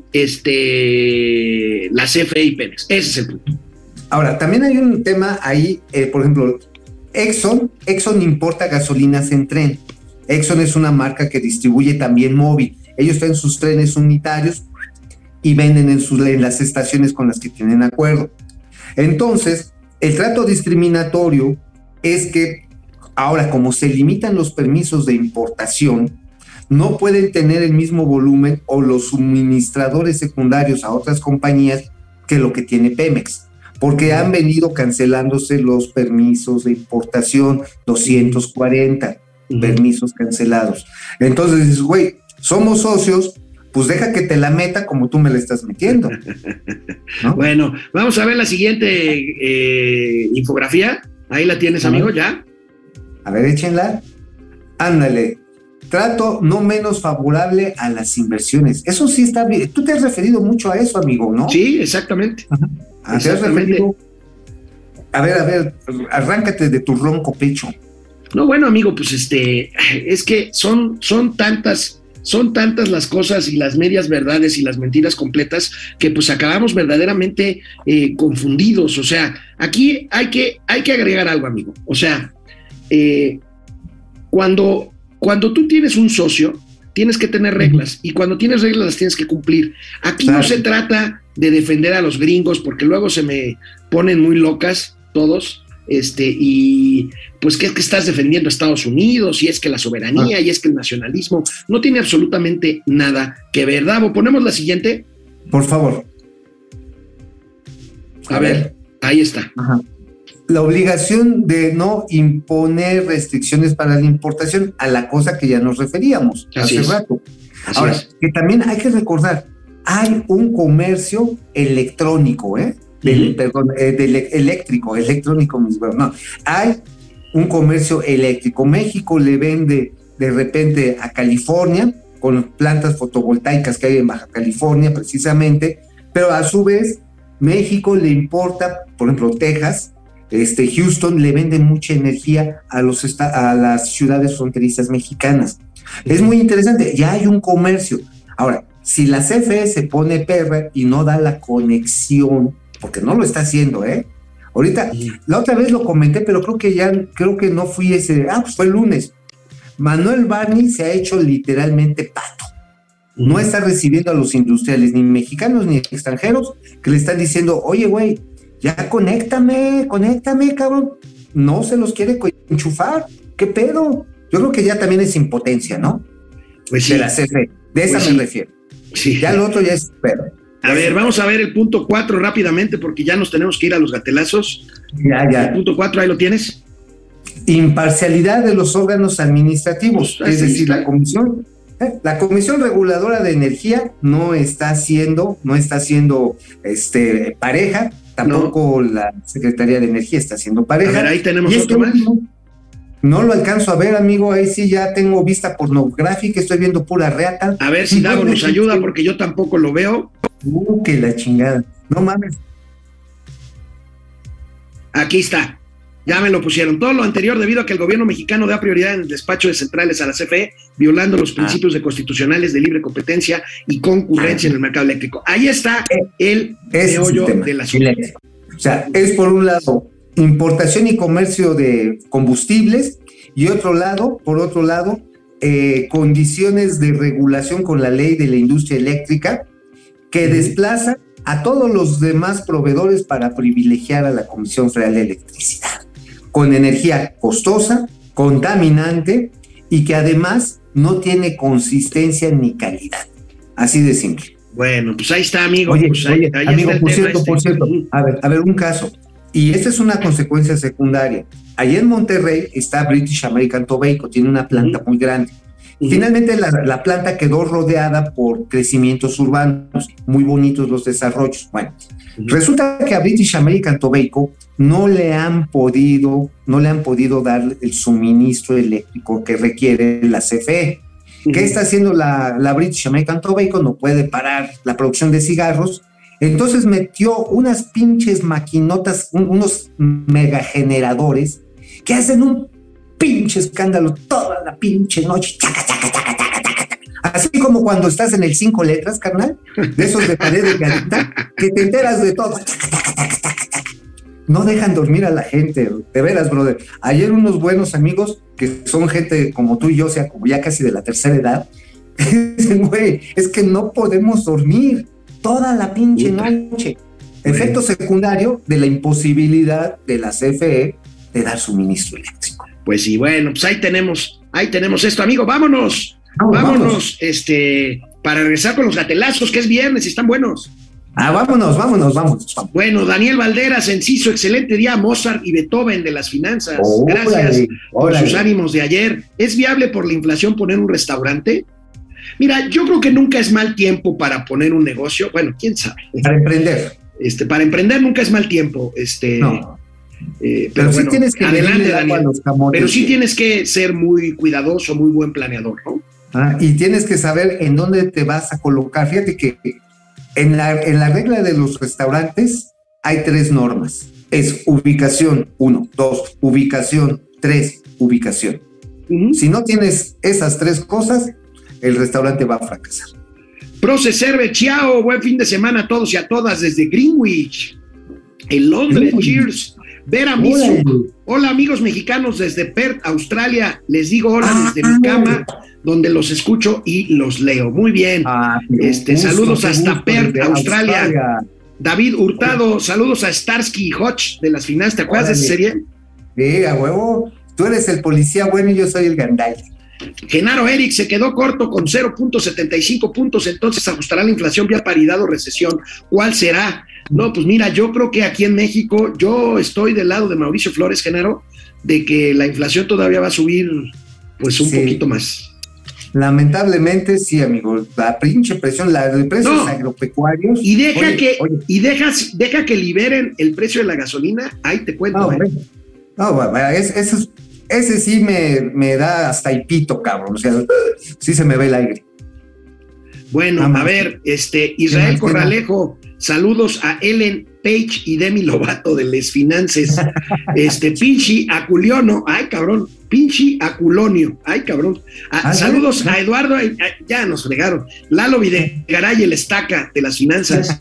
la CFE y Pemex. Ese es el punto. Ahora, también hay un tema ahí, por ejemplo, Exxon importa gasolinas en tren. Exxon es una marca que distribuye también móvil. Ellos traen sus trenes unitarios y venden en las estaciones con las que tienen acuerdo. Entonces, el trato discriminatorio es que ahora, como se limitan los permisos de importación, no pueden tener el mismo volumen o los suministradores secundarios a otras compañías que lo que tiene Pemex, porque han venido cancelándose los permisos de importación, 240 permisos cancelados. Entonces dices, güey, somos socios, pues deja que te la meta como tú me la estás metiendo, ¿no? Bueno, vamos a ver la siguiente infografía. Ahí la tienes, amigo, ¿ya? A ver, échenla. Ándale. Trato no menos favorable a las inversiones. Eso sí está bien. Tú te has referido mucho a eso, amigo, ¿no? Sí, exactamente. ¿Te has referido A ver, arráncate de tu ronco pecho. No, bueno, amigo, pues es que son tantas las cosas y las medias verdades y las mentiras completas que pues acabamos verdaderamente confundidos. O sea, aquí hay que agregar algo, amigo. O sea, cuando tú tienes un socio, tienes que tener reglas, y cuando tienes reglas las tienes que cumplir. Aquí no se trata de defender a los gringos, porque luego se me ponen muy locas todos, y pues que es que estás defendiendo a Estados Unidos, y es que la soberanía, y es que el nacionalismo, no tiene absolutamente nada que ver. Davo, ¿ponemos la siguiente? Por favor. A ver, ahí está. Ajá. La obligación de no imponer restricciones para la importación, a la cosa que ya nos referíamos hace rato. Ahora, que también hay que recordar, hay un comercio electrónico, electrónico, no, hay un comercio eléctrico. México le vende de repente a California, con plantas fotovoltaicas que hay en Baja California precisamente, pero a su vez México le importa, por ejemplo, Texas, Houston le vende mucha energía a las ciudades fronterizas mexicanas. Es muy interesante, ya hay un comercio. Ahora, si la CFE se pone perra y no da la conexión, porque no lo está haciendo, ahorita, la otra vez lo comenté, pero creo que no fui pues fue el lunes. Manuel Barney se ha hecho literalmente pato. No está recibiendo a los industriales, ni mexicanos ni extranjeros, que le están diciendo, oye, güey, ya conéctame, cabrón. No se los quiere enchufar. ¿Qué pedo? Yo creo que ya también es impotencia, ¿no? Pues sí. De la CFE. De esa me refiero. Sí. Ya lo otro ya es pedo. A ver, vamos a ver el punto 4 rápidamente, porque ya nos tenemos que ir a los gatelazos. Ya. El punto 4, ahí lo tienes. Imparcialidad de los órganos administrativos. Es decir, la Comisión Reguladora de Energía no está siendo pareja. Tampoco la Secretaría de Energía está siendo pareja. A ver, ahí tenemos otro más. No lo alcanzo a ver, amigo. Ahí sí ya tengo vista pornográfica, estoy viendo pura reata. A ver si Davo nos ayuda, porque yo tampoco lo veo. Que la chingada. No mames. Aquí está. Ya me lo pusieron. Todo lo anterior debido a que el gobierno mexicano da prioridad en el despacho de centrales a la CFE, violando los principios constitucionales de libre competencia y concurrencia en el mercado eléctrico. Ahí está el meollo del asunto. O sea, es por un lado importación y comercio de combustibles, y por otro lado, condiciones de regulación con la ley de la industria eléctrica que desplaza a todos los demás proveedores para privilegiar a la Comisión Federal de Electricidad, con energía costosa, contaminante, y que además no tiene consistencia ni calidad. Así de simple. Bueno, pues ahí está, amigo. Oye, ahí amigo, está por cierto, a ver, un caso. Y esta es una consecuencia secundaria. Allí en Monterrey está British American Tobacco, tiene una planta muy grande. Finalmente la planta quedó rodeada por crecimientos urbanos, muy bonitos los desarrollos. Bueno, resulta que a British American Tobacco no le han podido dar el suministro eléctrico que requiere la CFE. ¿Qué está haciendo la British American Tobacco? No puede parar la producción de cigarros. Entonces metió unas pinches maquinotas, unos megageneradores que hacen un pinche escándalo toda la pinche noche. Así como cuando estás en el 5 letras, carnal, de esos de pared de carita, que te enteras de todo. No dejan dormir a la gente, de veras, brother. Ayer unos buenos amigos, que son gente como tú y yo, o sea, como ya casi de la tercera edad, dicen, güey, es que no podemos dormir toda la pinche noche. Efecto secundario de la imposibilidad de la CFE de dar suministro eléctrico. Pues sí, bueno, pues ahí tenemos esto, amigo. Vámonos. Para regresar con los gatelazos, que es viernes y están buenos. Vámonos. Bueno, Daniel Valderas, Enciso, excelente día, Mozart y Beethoven de las finanzas. Gracias por sus ánimos de ayer. ¿Es viable por la inflación poner un restaurante? Mira, yo creo que nunca es mal tiempo para poner un negocio. Bueno, quién sabe. Para emprender. Para emprender nunca es mal tiempo. No. Pero sí bueno, tienes que adelante, Daniel. Pero sí tienes que ser muy cuidadoso, muy buen planeador, ¿no? Y tienes que saber en dónde te vas a colocar. Fíjate que en la regla de los restaurantes hay 3 normas. es ubicación 1, 2, ubicación 3, ubicación. Si no tienes esas 3 cosas, el restaurante va a fracasar. Proceserve, Chiao, buen fin de semana a todos y a todas desde Greenwich, en Londres. Cheers. Vera Misu, hola amigos mexicanos desde Perth, Australia, les digo hola desde mi cama, donde los escucho y los leo. Muy bien, saludos hasta Perth, Australia. David Hurtado, saludos a Starsky Hodge de las finanzas, ¿te acuerdas de esa serie? Sí, a huevo, tú eres el policía bueno y yo soy el gandalla. Genaro Eric se quedó corto con 0.75 puntos, entonces ajustará la inflación vía paridad o recesión. ¿Cuál será? No, pues mira, yo creo que aquí en México, yo estoy del lado de Mauricio Flores, Genaro, de que la inflación todavía va a subir pues un poquito más. Lamentablemente sí, amigo, la pinche presión, la de precios agropecuarios. Y deja que liberen el precio de la gasolina, ahí te cuento. Ese sí me da hasta hipito, cabrón, o sea, sí se me ve el aire. Bueno, a ver, Israel Corralejo, saludos a Ellen Page y Demi Lovato de Les Finances. Pinchi Aculionio, ay cabrón, Pinchi Aculonio, ay cabrón. Saludos a Eduardo, ya nos fregaron. Lalo Videgaray, el estaca de las finanzas.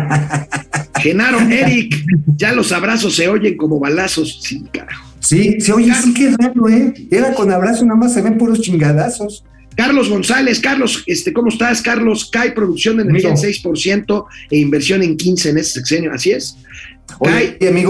Genaro Eric, ya los abrazos se oyen como balazos. Sí, carajo. Sí, oye, sí que raro, Era con abrazo, nada más se ven puros chingadazos. Carlos González, Carlos, ¿cómo estás? Carlos, cae producción de energía en 6% e inversión en 15% en este sexenio, ¿así es? Oye, amigo,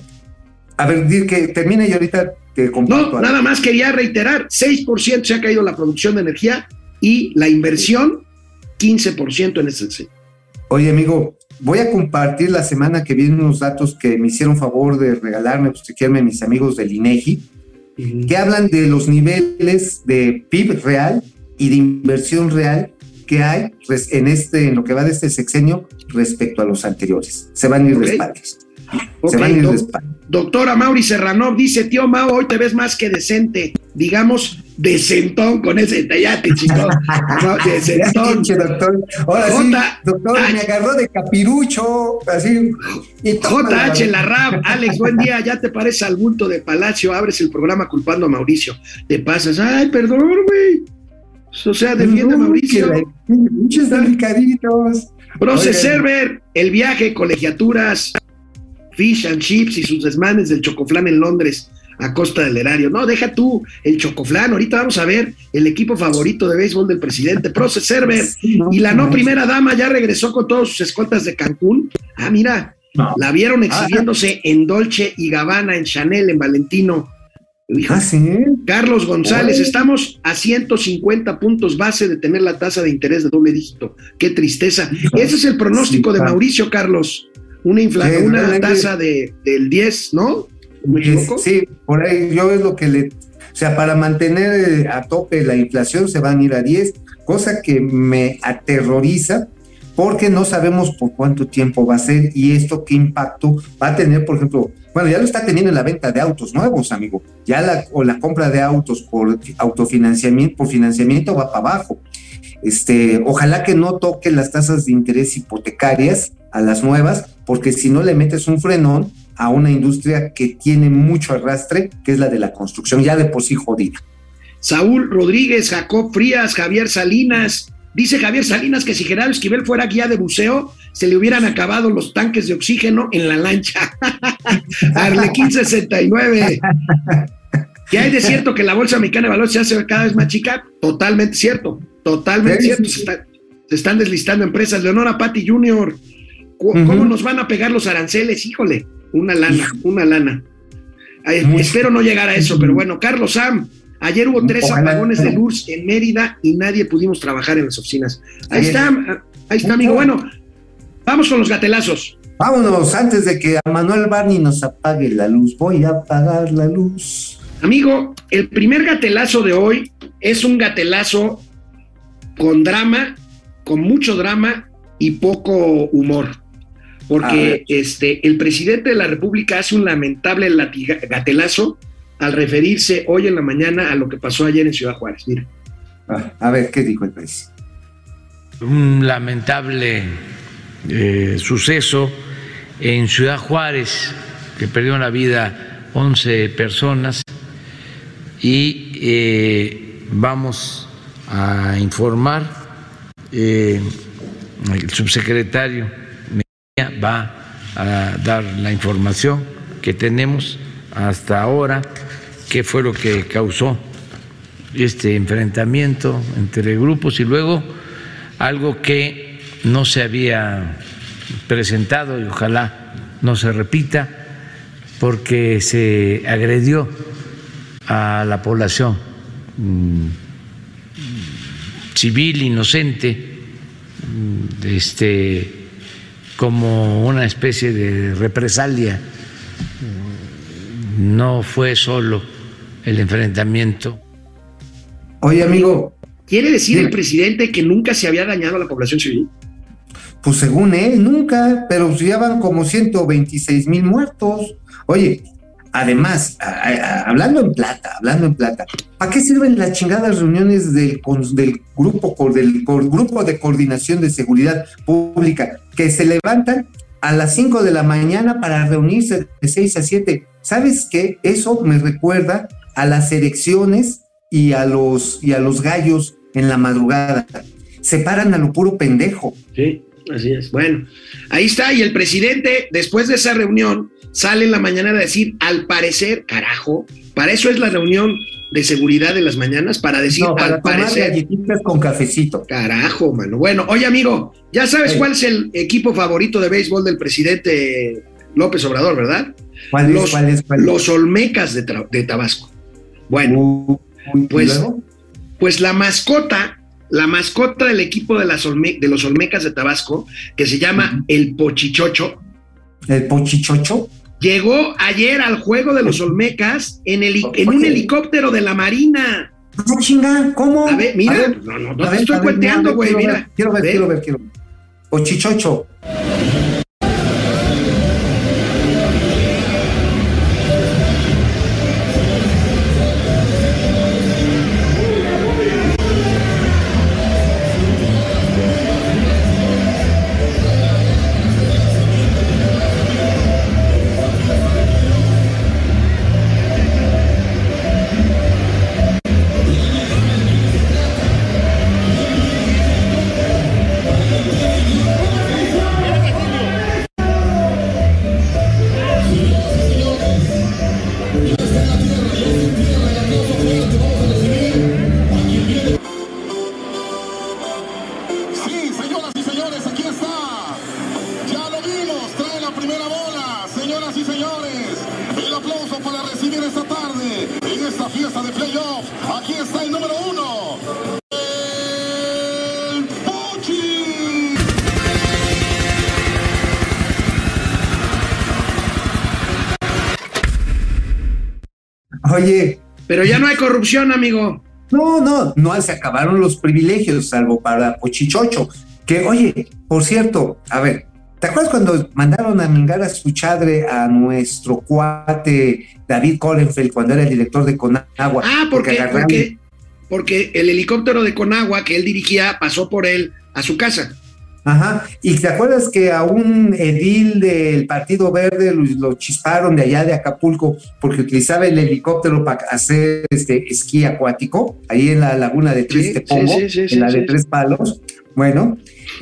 a ver, di que termine y ahorita te comparto. No, nada más quería reiterar, 6% se ha caído la producción de energía y la inversión 15% en este sexenio. Oye, amigo, voy a compartir la semana que viene unos datos que me hicieron favor de regalarme, obsequiarme mis amigos del INEGI, que hablan de los niveles de PIB real y de inversión real que hay en lo que va de este sexenio respecto a los anteriores. Se van a ir de espaldas. Se van a ir de espaldas. Doctora Mauri Serrano dice, tío Mau, hoy te ves más que decente, digamos, decentón con ese tallate, chico. No, decentón. Doctor. Ahora sí, doctor, me agarró de capirucho, así. JH Larrab, Alex, buen día, ya te pareces al bulto de Palacio, abres el programa culpando a Mauricio. Te pasas, ay, perdón, güey. O sea, defiende a Mauricio. Muchos delicaditos. Proceserver, el viaje, colegiaturas, fish and chips y sus desmanes del Chocoflan en Londres a costa del erario. No, deja tú el Chocoflan. Ahorita vamos a ver el equipo favorito de béisbol del presidente, Proceserver. Y la no primera dama ya regresó con todos sus escoltas de Cancún. Ah, mira, la vieron exhibiéndose en Dolce y Gabbana, en Chanel, en Valentino. ¿Sí? Carlos González, estamos a 150 puntos base de tener la tasa de interés de doble dígito. Qué tristeza. Ese es el pronóstico de Mauricio, Carlos. Una tasa del 10, ¿no? ¿Me equivoco? Sí, por ahí yo es lo que o sea, para mantener a tope la inflación se van a ir a 10, cosa que me aterroriza porque no sabemos por cuánto tiempo va a ser y esto qué impacto va a tener, por ejemplo, bueno, ya lo está teniendo en la venta de autos nuevos, amigo, ya la compra de autos por financiamiento va para abajo. Ojalá que no toque las tasas de interés hipotecarias a las nuevas, porque si no le metes un frenón a una industria que tiene mucho arrastre, que es la de la construcción, ya de por sí jodida. Saúl Rodríguez, Jacob Frías, Javier Salinas. Dice Javier Salinas que si Gerardo Esquivel fuera guía de buceo, se le hubieran acabado los tanques de oxígeno en la lancha. Arlequín 69. ¿Qué hay de cierto que la Bolsa Mexicana de Valores se hace cada vez más chica? Totalmente cierto, totalmente cierto. Se están deslistando empresas. Leonora Patti Jr., ¿cómo nos van a pegar los aranceles? Híjole, una lana. Espero no llegar a eso, pero bueno. Carlos Sam, ayer hubo 3 apagones de luz en Mérida y nadie pudimos trabajar en las oficinas. Ahí está, amigo. Bueno, vamos con los gatelazos. Vámonos, antes de que a Manuel Barney nos apague la luz. Voy a apagar la luz. Amigo, el primer gatelazo de hoy es un gatelazo con drama, con mucho drama y poco humor. Porque el presidente de la República hace un lamentable gatelazo al referirse hoy en la mañana a lo que pasó ayer en Ciudad Juárez. Mira. A ver, ¿qué dijo el presidente? Un lamentable suceso en Ciudad Juárez, que perdieron la vida 11 personas y vamos a informar, el subsecretario va a dar la información que tenemos hasta ahora, qué fue lo que causó este enfrentamiento entre grupos y luego algo que no se había presentado y ojalá no se repita, porque se agredió a la población civil inocente, como una especie de represalia. No fue solo el enfrentamiento. Oye, amigo, ¿quiere decir el presidente que nunca se había dañado a la población civil? pues según él, nunca, pero ya van como 126,000 muertos. Oye, además, hablando en plata, ¿para qué sirven las chingadas reuniones del grupo de coordinación de seguridad pública que se levantan a las 5 de la mañana para reunirse de 6 a 7? ¿Sabes qué? Eso me recuerda a las elecciones y a los gallos en la madrugada. Se paran a lo puro pendejo. Sí, así es. Bueno, ahí está, y el presidente, después de esa reunión, sale en la mañana a decir, al parecer, carajo, para eso es la reunión de seguridad de las mañanas, para decir, no, para al parecer. Galletitas con cafecito. Carajo, mano. Bueno, oye, amigo, ya sabes cuál es el equipo favorito de béisbol del presidente López Obrador, ¿verdad? ¿Cuál es? Los Olmecas de Tabasco. Bueno, pues la mascota del equipo de los Olmecas de Tabasco, que se llama el Pochichocho. ¿El Pochichocho? Llegó ayer al juego de los Olmecas en un helicóptero de la Marina. No, chinga, ¿cómo? A ver, mira, no te estoy cuenteando, güey, mira. Quiero ver. Pochichocho. Oye. Pero ya no hay corrupción, amigo. No, se acabaron los privilegios, salvo para Pochichocho. Que, oye, por cierto, a ver, ¿te acuerdas cuando mandaron a mingar a su chadre a nuestro cuate David Kohlenfeld cuando era el director de Conagua? Ah, porque el helicóptero de Conagua que él dirigía pasó por él a su casa. Ajá, y ¿te acuerdas que a un edil del Partido Verde lo chisparon de allá de Acapulco porque utilizaba el helicóptero para hacer esquí acuático ahí en la laguna de Tres Tepongo, en la de Tres Palos? Bueno,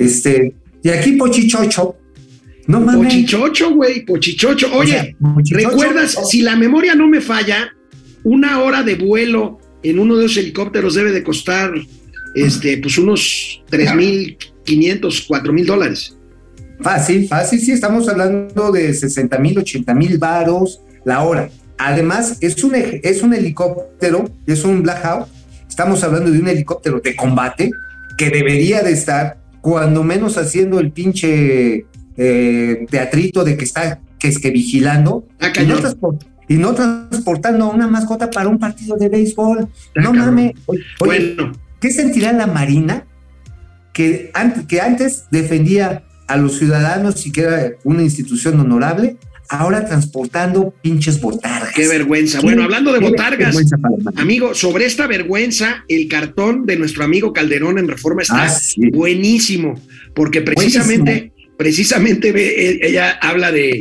y aquí Pochichocho, no mames. Pochichocho, güey, Pochichocho. Oye, o sea, ¿recuerdas? Si la memoria no me falla, 1 hora de vuelo en uno de esos helicópteros debe de costar, pues unos $3,500, $4,000. Fácil, sí, estamos hablando de 60,000, 80,000 varos la hora. Además, es un helicóptero, es un Black Hawk. Estamos hablando de un helicóptero de combate que debería de estar cuando menos haciendo el pinche teatrito de que está vigilando y no transportando a una mascota para un partido de béisbol. No mames. Oye, bueno, ¿qué sentirá la Marina que antes defendía a los ciudadanos y que era una institución honorable, ahora transportando pinches botargas? ¡Qué vergüenza! Bueno, hablando de botargas, amigo, sobre esta vergüenza, el cartón de nuestro amigo Calderón en Reforma está buenísimo, porque precisamente precisamente ella habla de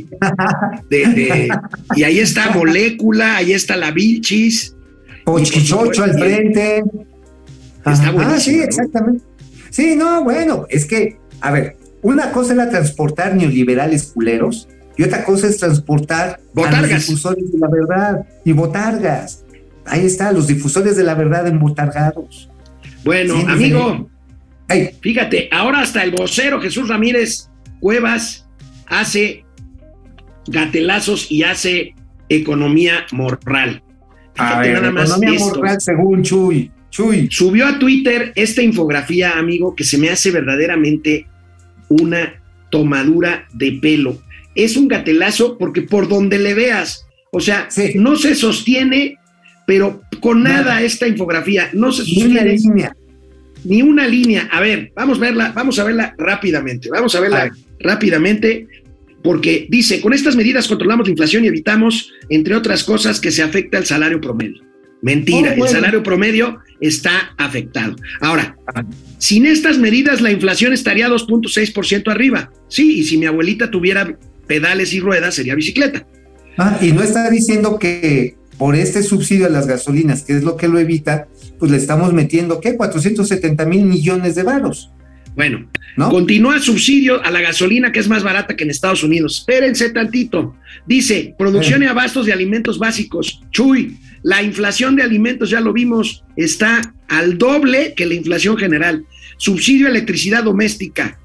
y ahí está Molécula, ahí está la Vilchis. Pochichocho al frente. Está buenísimo. Sí, exactamente. Sí, no, bueno, es que, a ver, una cosa era transportar neoliberales culeros y otra cosa es transportar botargas. A los difusores de la verdad y botargas. Ahí está, los difusores de la verdad embotargados. Bueno, Sí, amigo, Ay, fíjate, ahora hasta el vocero Jesús Ramírez Cuevas hace gatelazos y hace economía moral. a Fíjate ver, nada más economía esto. moral según Chuy. Subió a Twitter esta infografía, amigo, que se me hace verdaderamente una tomadura de pelo. Es un gatelazo porque por donde le veas, o sea, Sí. no se sostiene, pero con nada esta infografía, no se Ni una sostiene línea. ni una línea. A ver, vamos a verla rápidamente, porque dice, con estas medidas controlamos la inflación y evitamos, entre otras cosas, que se afecte al salario promedio. Mentira, bueno. El salario promedio está afectado. Ahora, sin estas medidas la inflación estaría 2.6% arriba. Sí, y si mi abuelita tuviera pedales y ruedas, sería bicicleta. Y no está diciendo que por este subsidio a las gasolinas, que es lo que lo evita, pues le estamos metiendo, ¿qué? 470,000 millones de varos. Bueno, ¿no? Continúa subsidio a la gasolina, que es más barata que en Estados Unidos. Espérense tantito. Dice, producción y abastos de alimentos básicos. Chuy, la inflación de alimentos, ya lo vimos, está al doble que la inflación general. Subsidio a electricidad doméstica.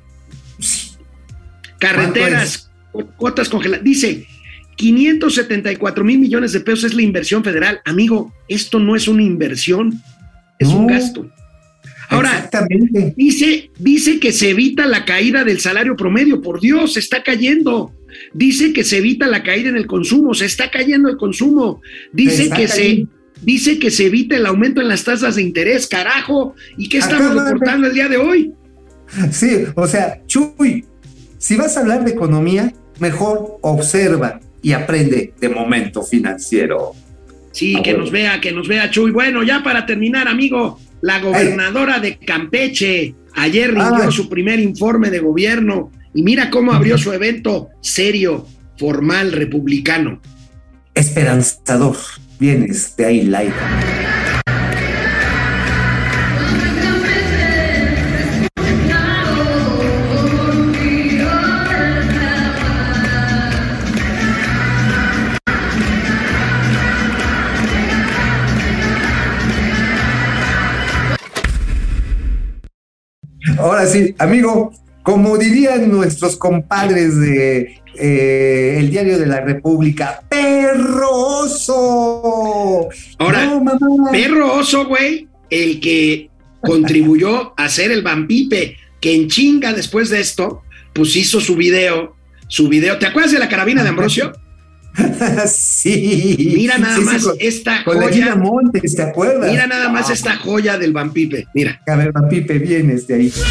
Carreteras, cuotas congeladas. Dice, 574,000 millones de pesos es la inversión federal. Amigo, esto no es una inversión, es un gasto. Ahora, dice que se evita la caída del salario promedio. Por Dios, se está cayendo. Dice que se evita la caída en el consumo. Se está cayendo el consumo. Dice que se evita el aumento en las tasas de interés. Carajo. ¿Y qué estamos reportando el día de hoy? Sí, o sea, Chuy, si vas a hablar de economía, mejor observa y aprende de Momento Financiero. Sí, que nos vea, Chuy. Bueno, ya para terminar, amigo, la gobernadora de Campeche ayer rindió su primer informe de gobierno y mira cómo abrió su evento serio, formal, republicano. Esperanzador, vienes de ahí, Laida. Ahora sí, amigo, como dirían nuestros compadres de el Diario de la República, ¡perro oso! Ahora, no, mamá. Perro oso, güey, el que contribuyó a hacer el Bampipe, que en chinga después de esto, pues hizo su video. ¿Te acuerdas de la carabina de Ambrosio? Sí. Mira nada más esta con joya. La Gina Montes, ¿te acuerdas? Mira nada más esta joya del Bampipe, mira. A ver, Bampipe, vienes de ahí.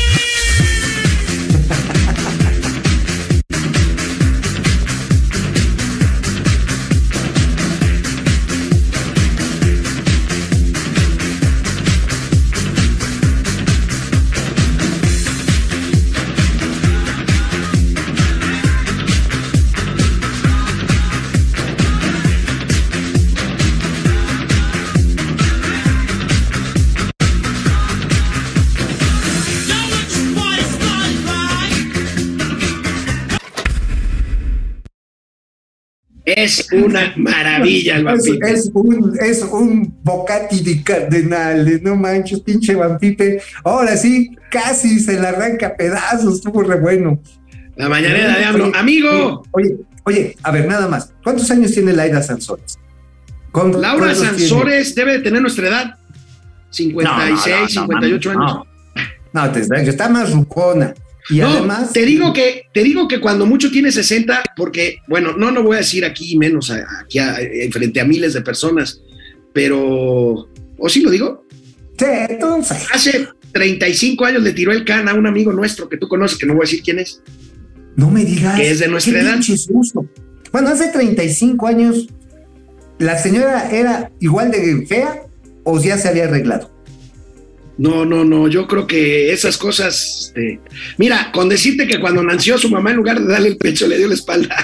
Es una maravilla el Bampipe. Es un Bocati di Cardenales, no manches, pinche Bampipe. Ahora sí, casi se le arranca a pedazos, estuvo re bueno. La mañanera de AMLO. ¡Amigo! Oye, a ver, nada más. ¿Cuántos años tiene Laida Sansores? Laura Sansores debe de tener nuestra edad. 56, 58 años. No, está más rucona. Y no, además, te digo que cuando mucho tiene 60, porque, bueno, no voy a decir aquí menos aquí frente a miles de personas, pero, ¿o sí lo digo? Sí, entonces. Hace 35 años le tiró el can a un amigo nuestro que tú conoces, que no voy a decir quién es. No me digas. Que es de nuestra edad. Bueno, hace 35 años, ¿la señora era igual de fea o ya se había arreglado? No, yo creo que esas cosas, mira, con decirte que cuando nació su mamá, en lugar de darle el pecho, le dio la espalda.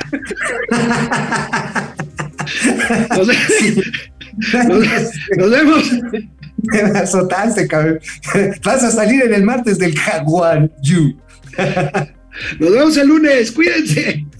Nos vemos. Me azotaste, cabrón. Vas a salir en el martes del Jaguar. Nos vemos el lunes, cuídense.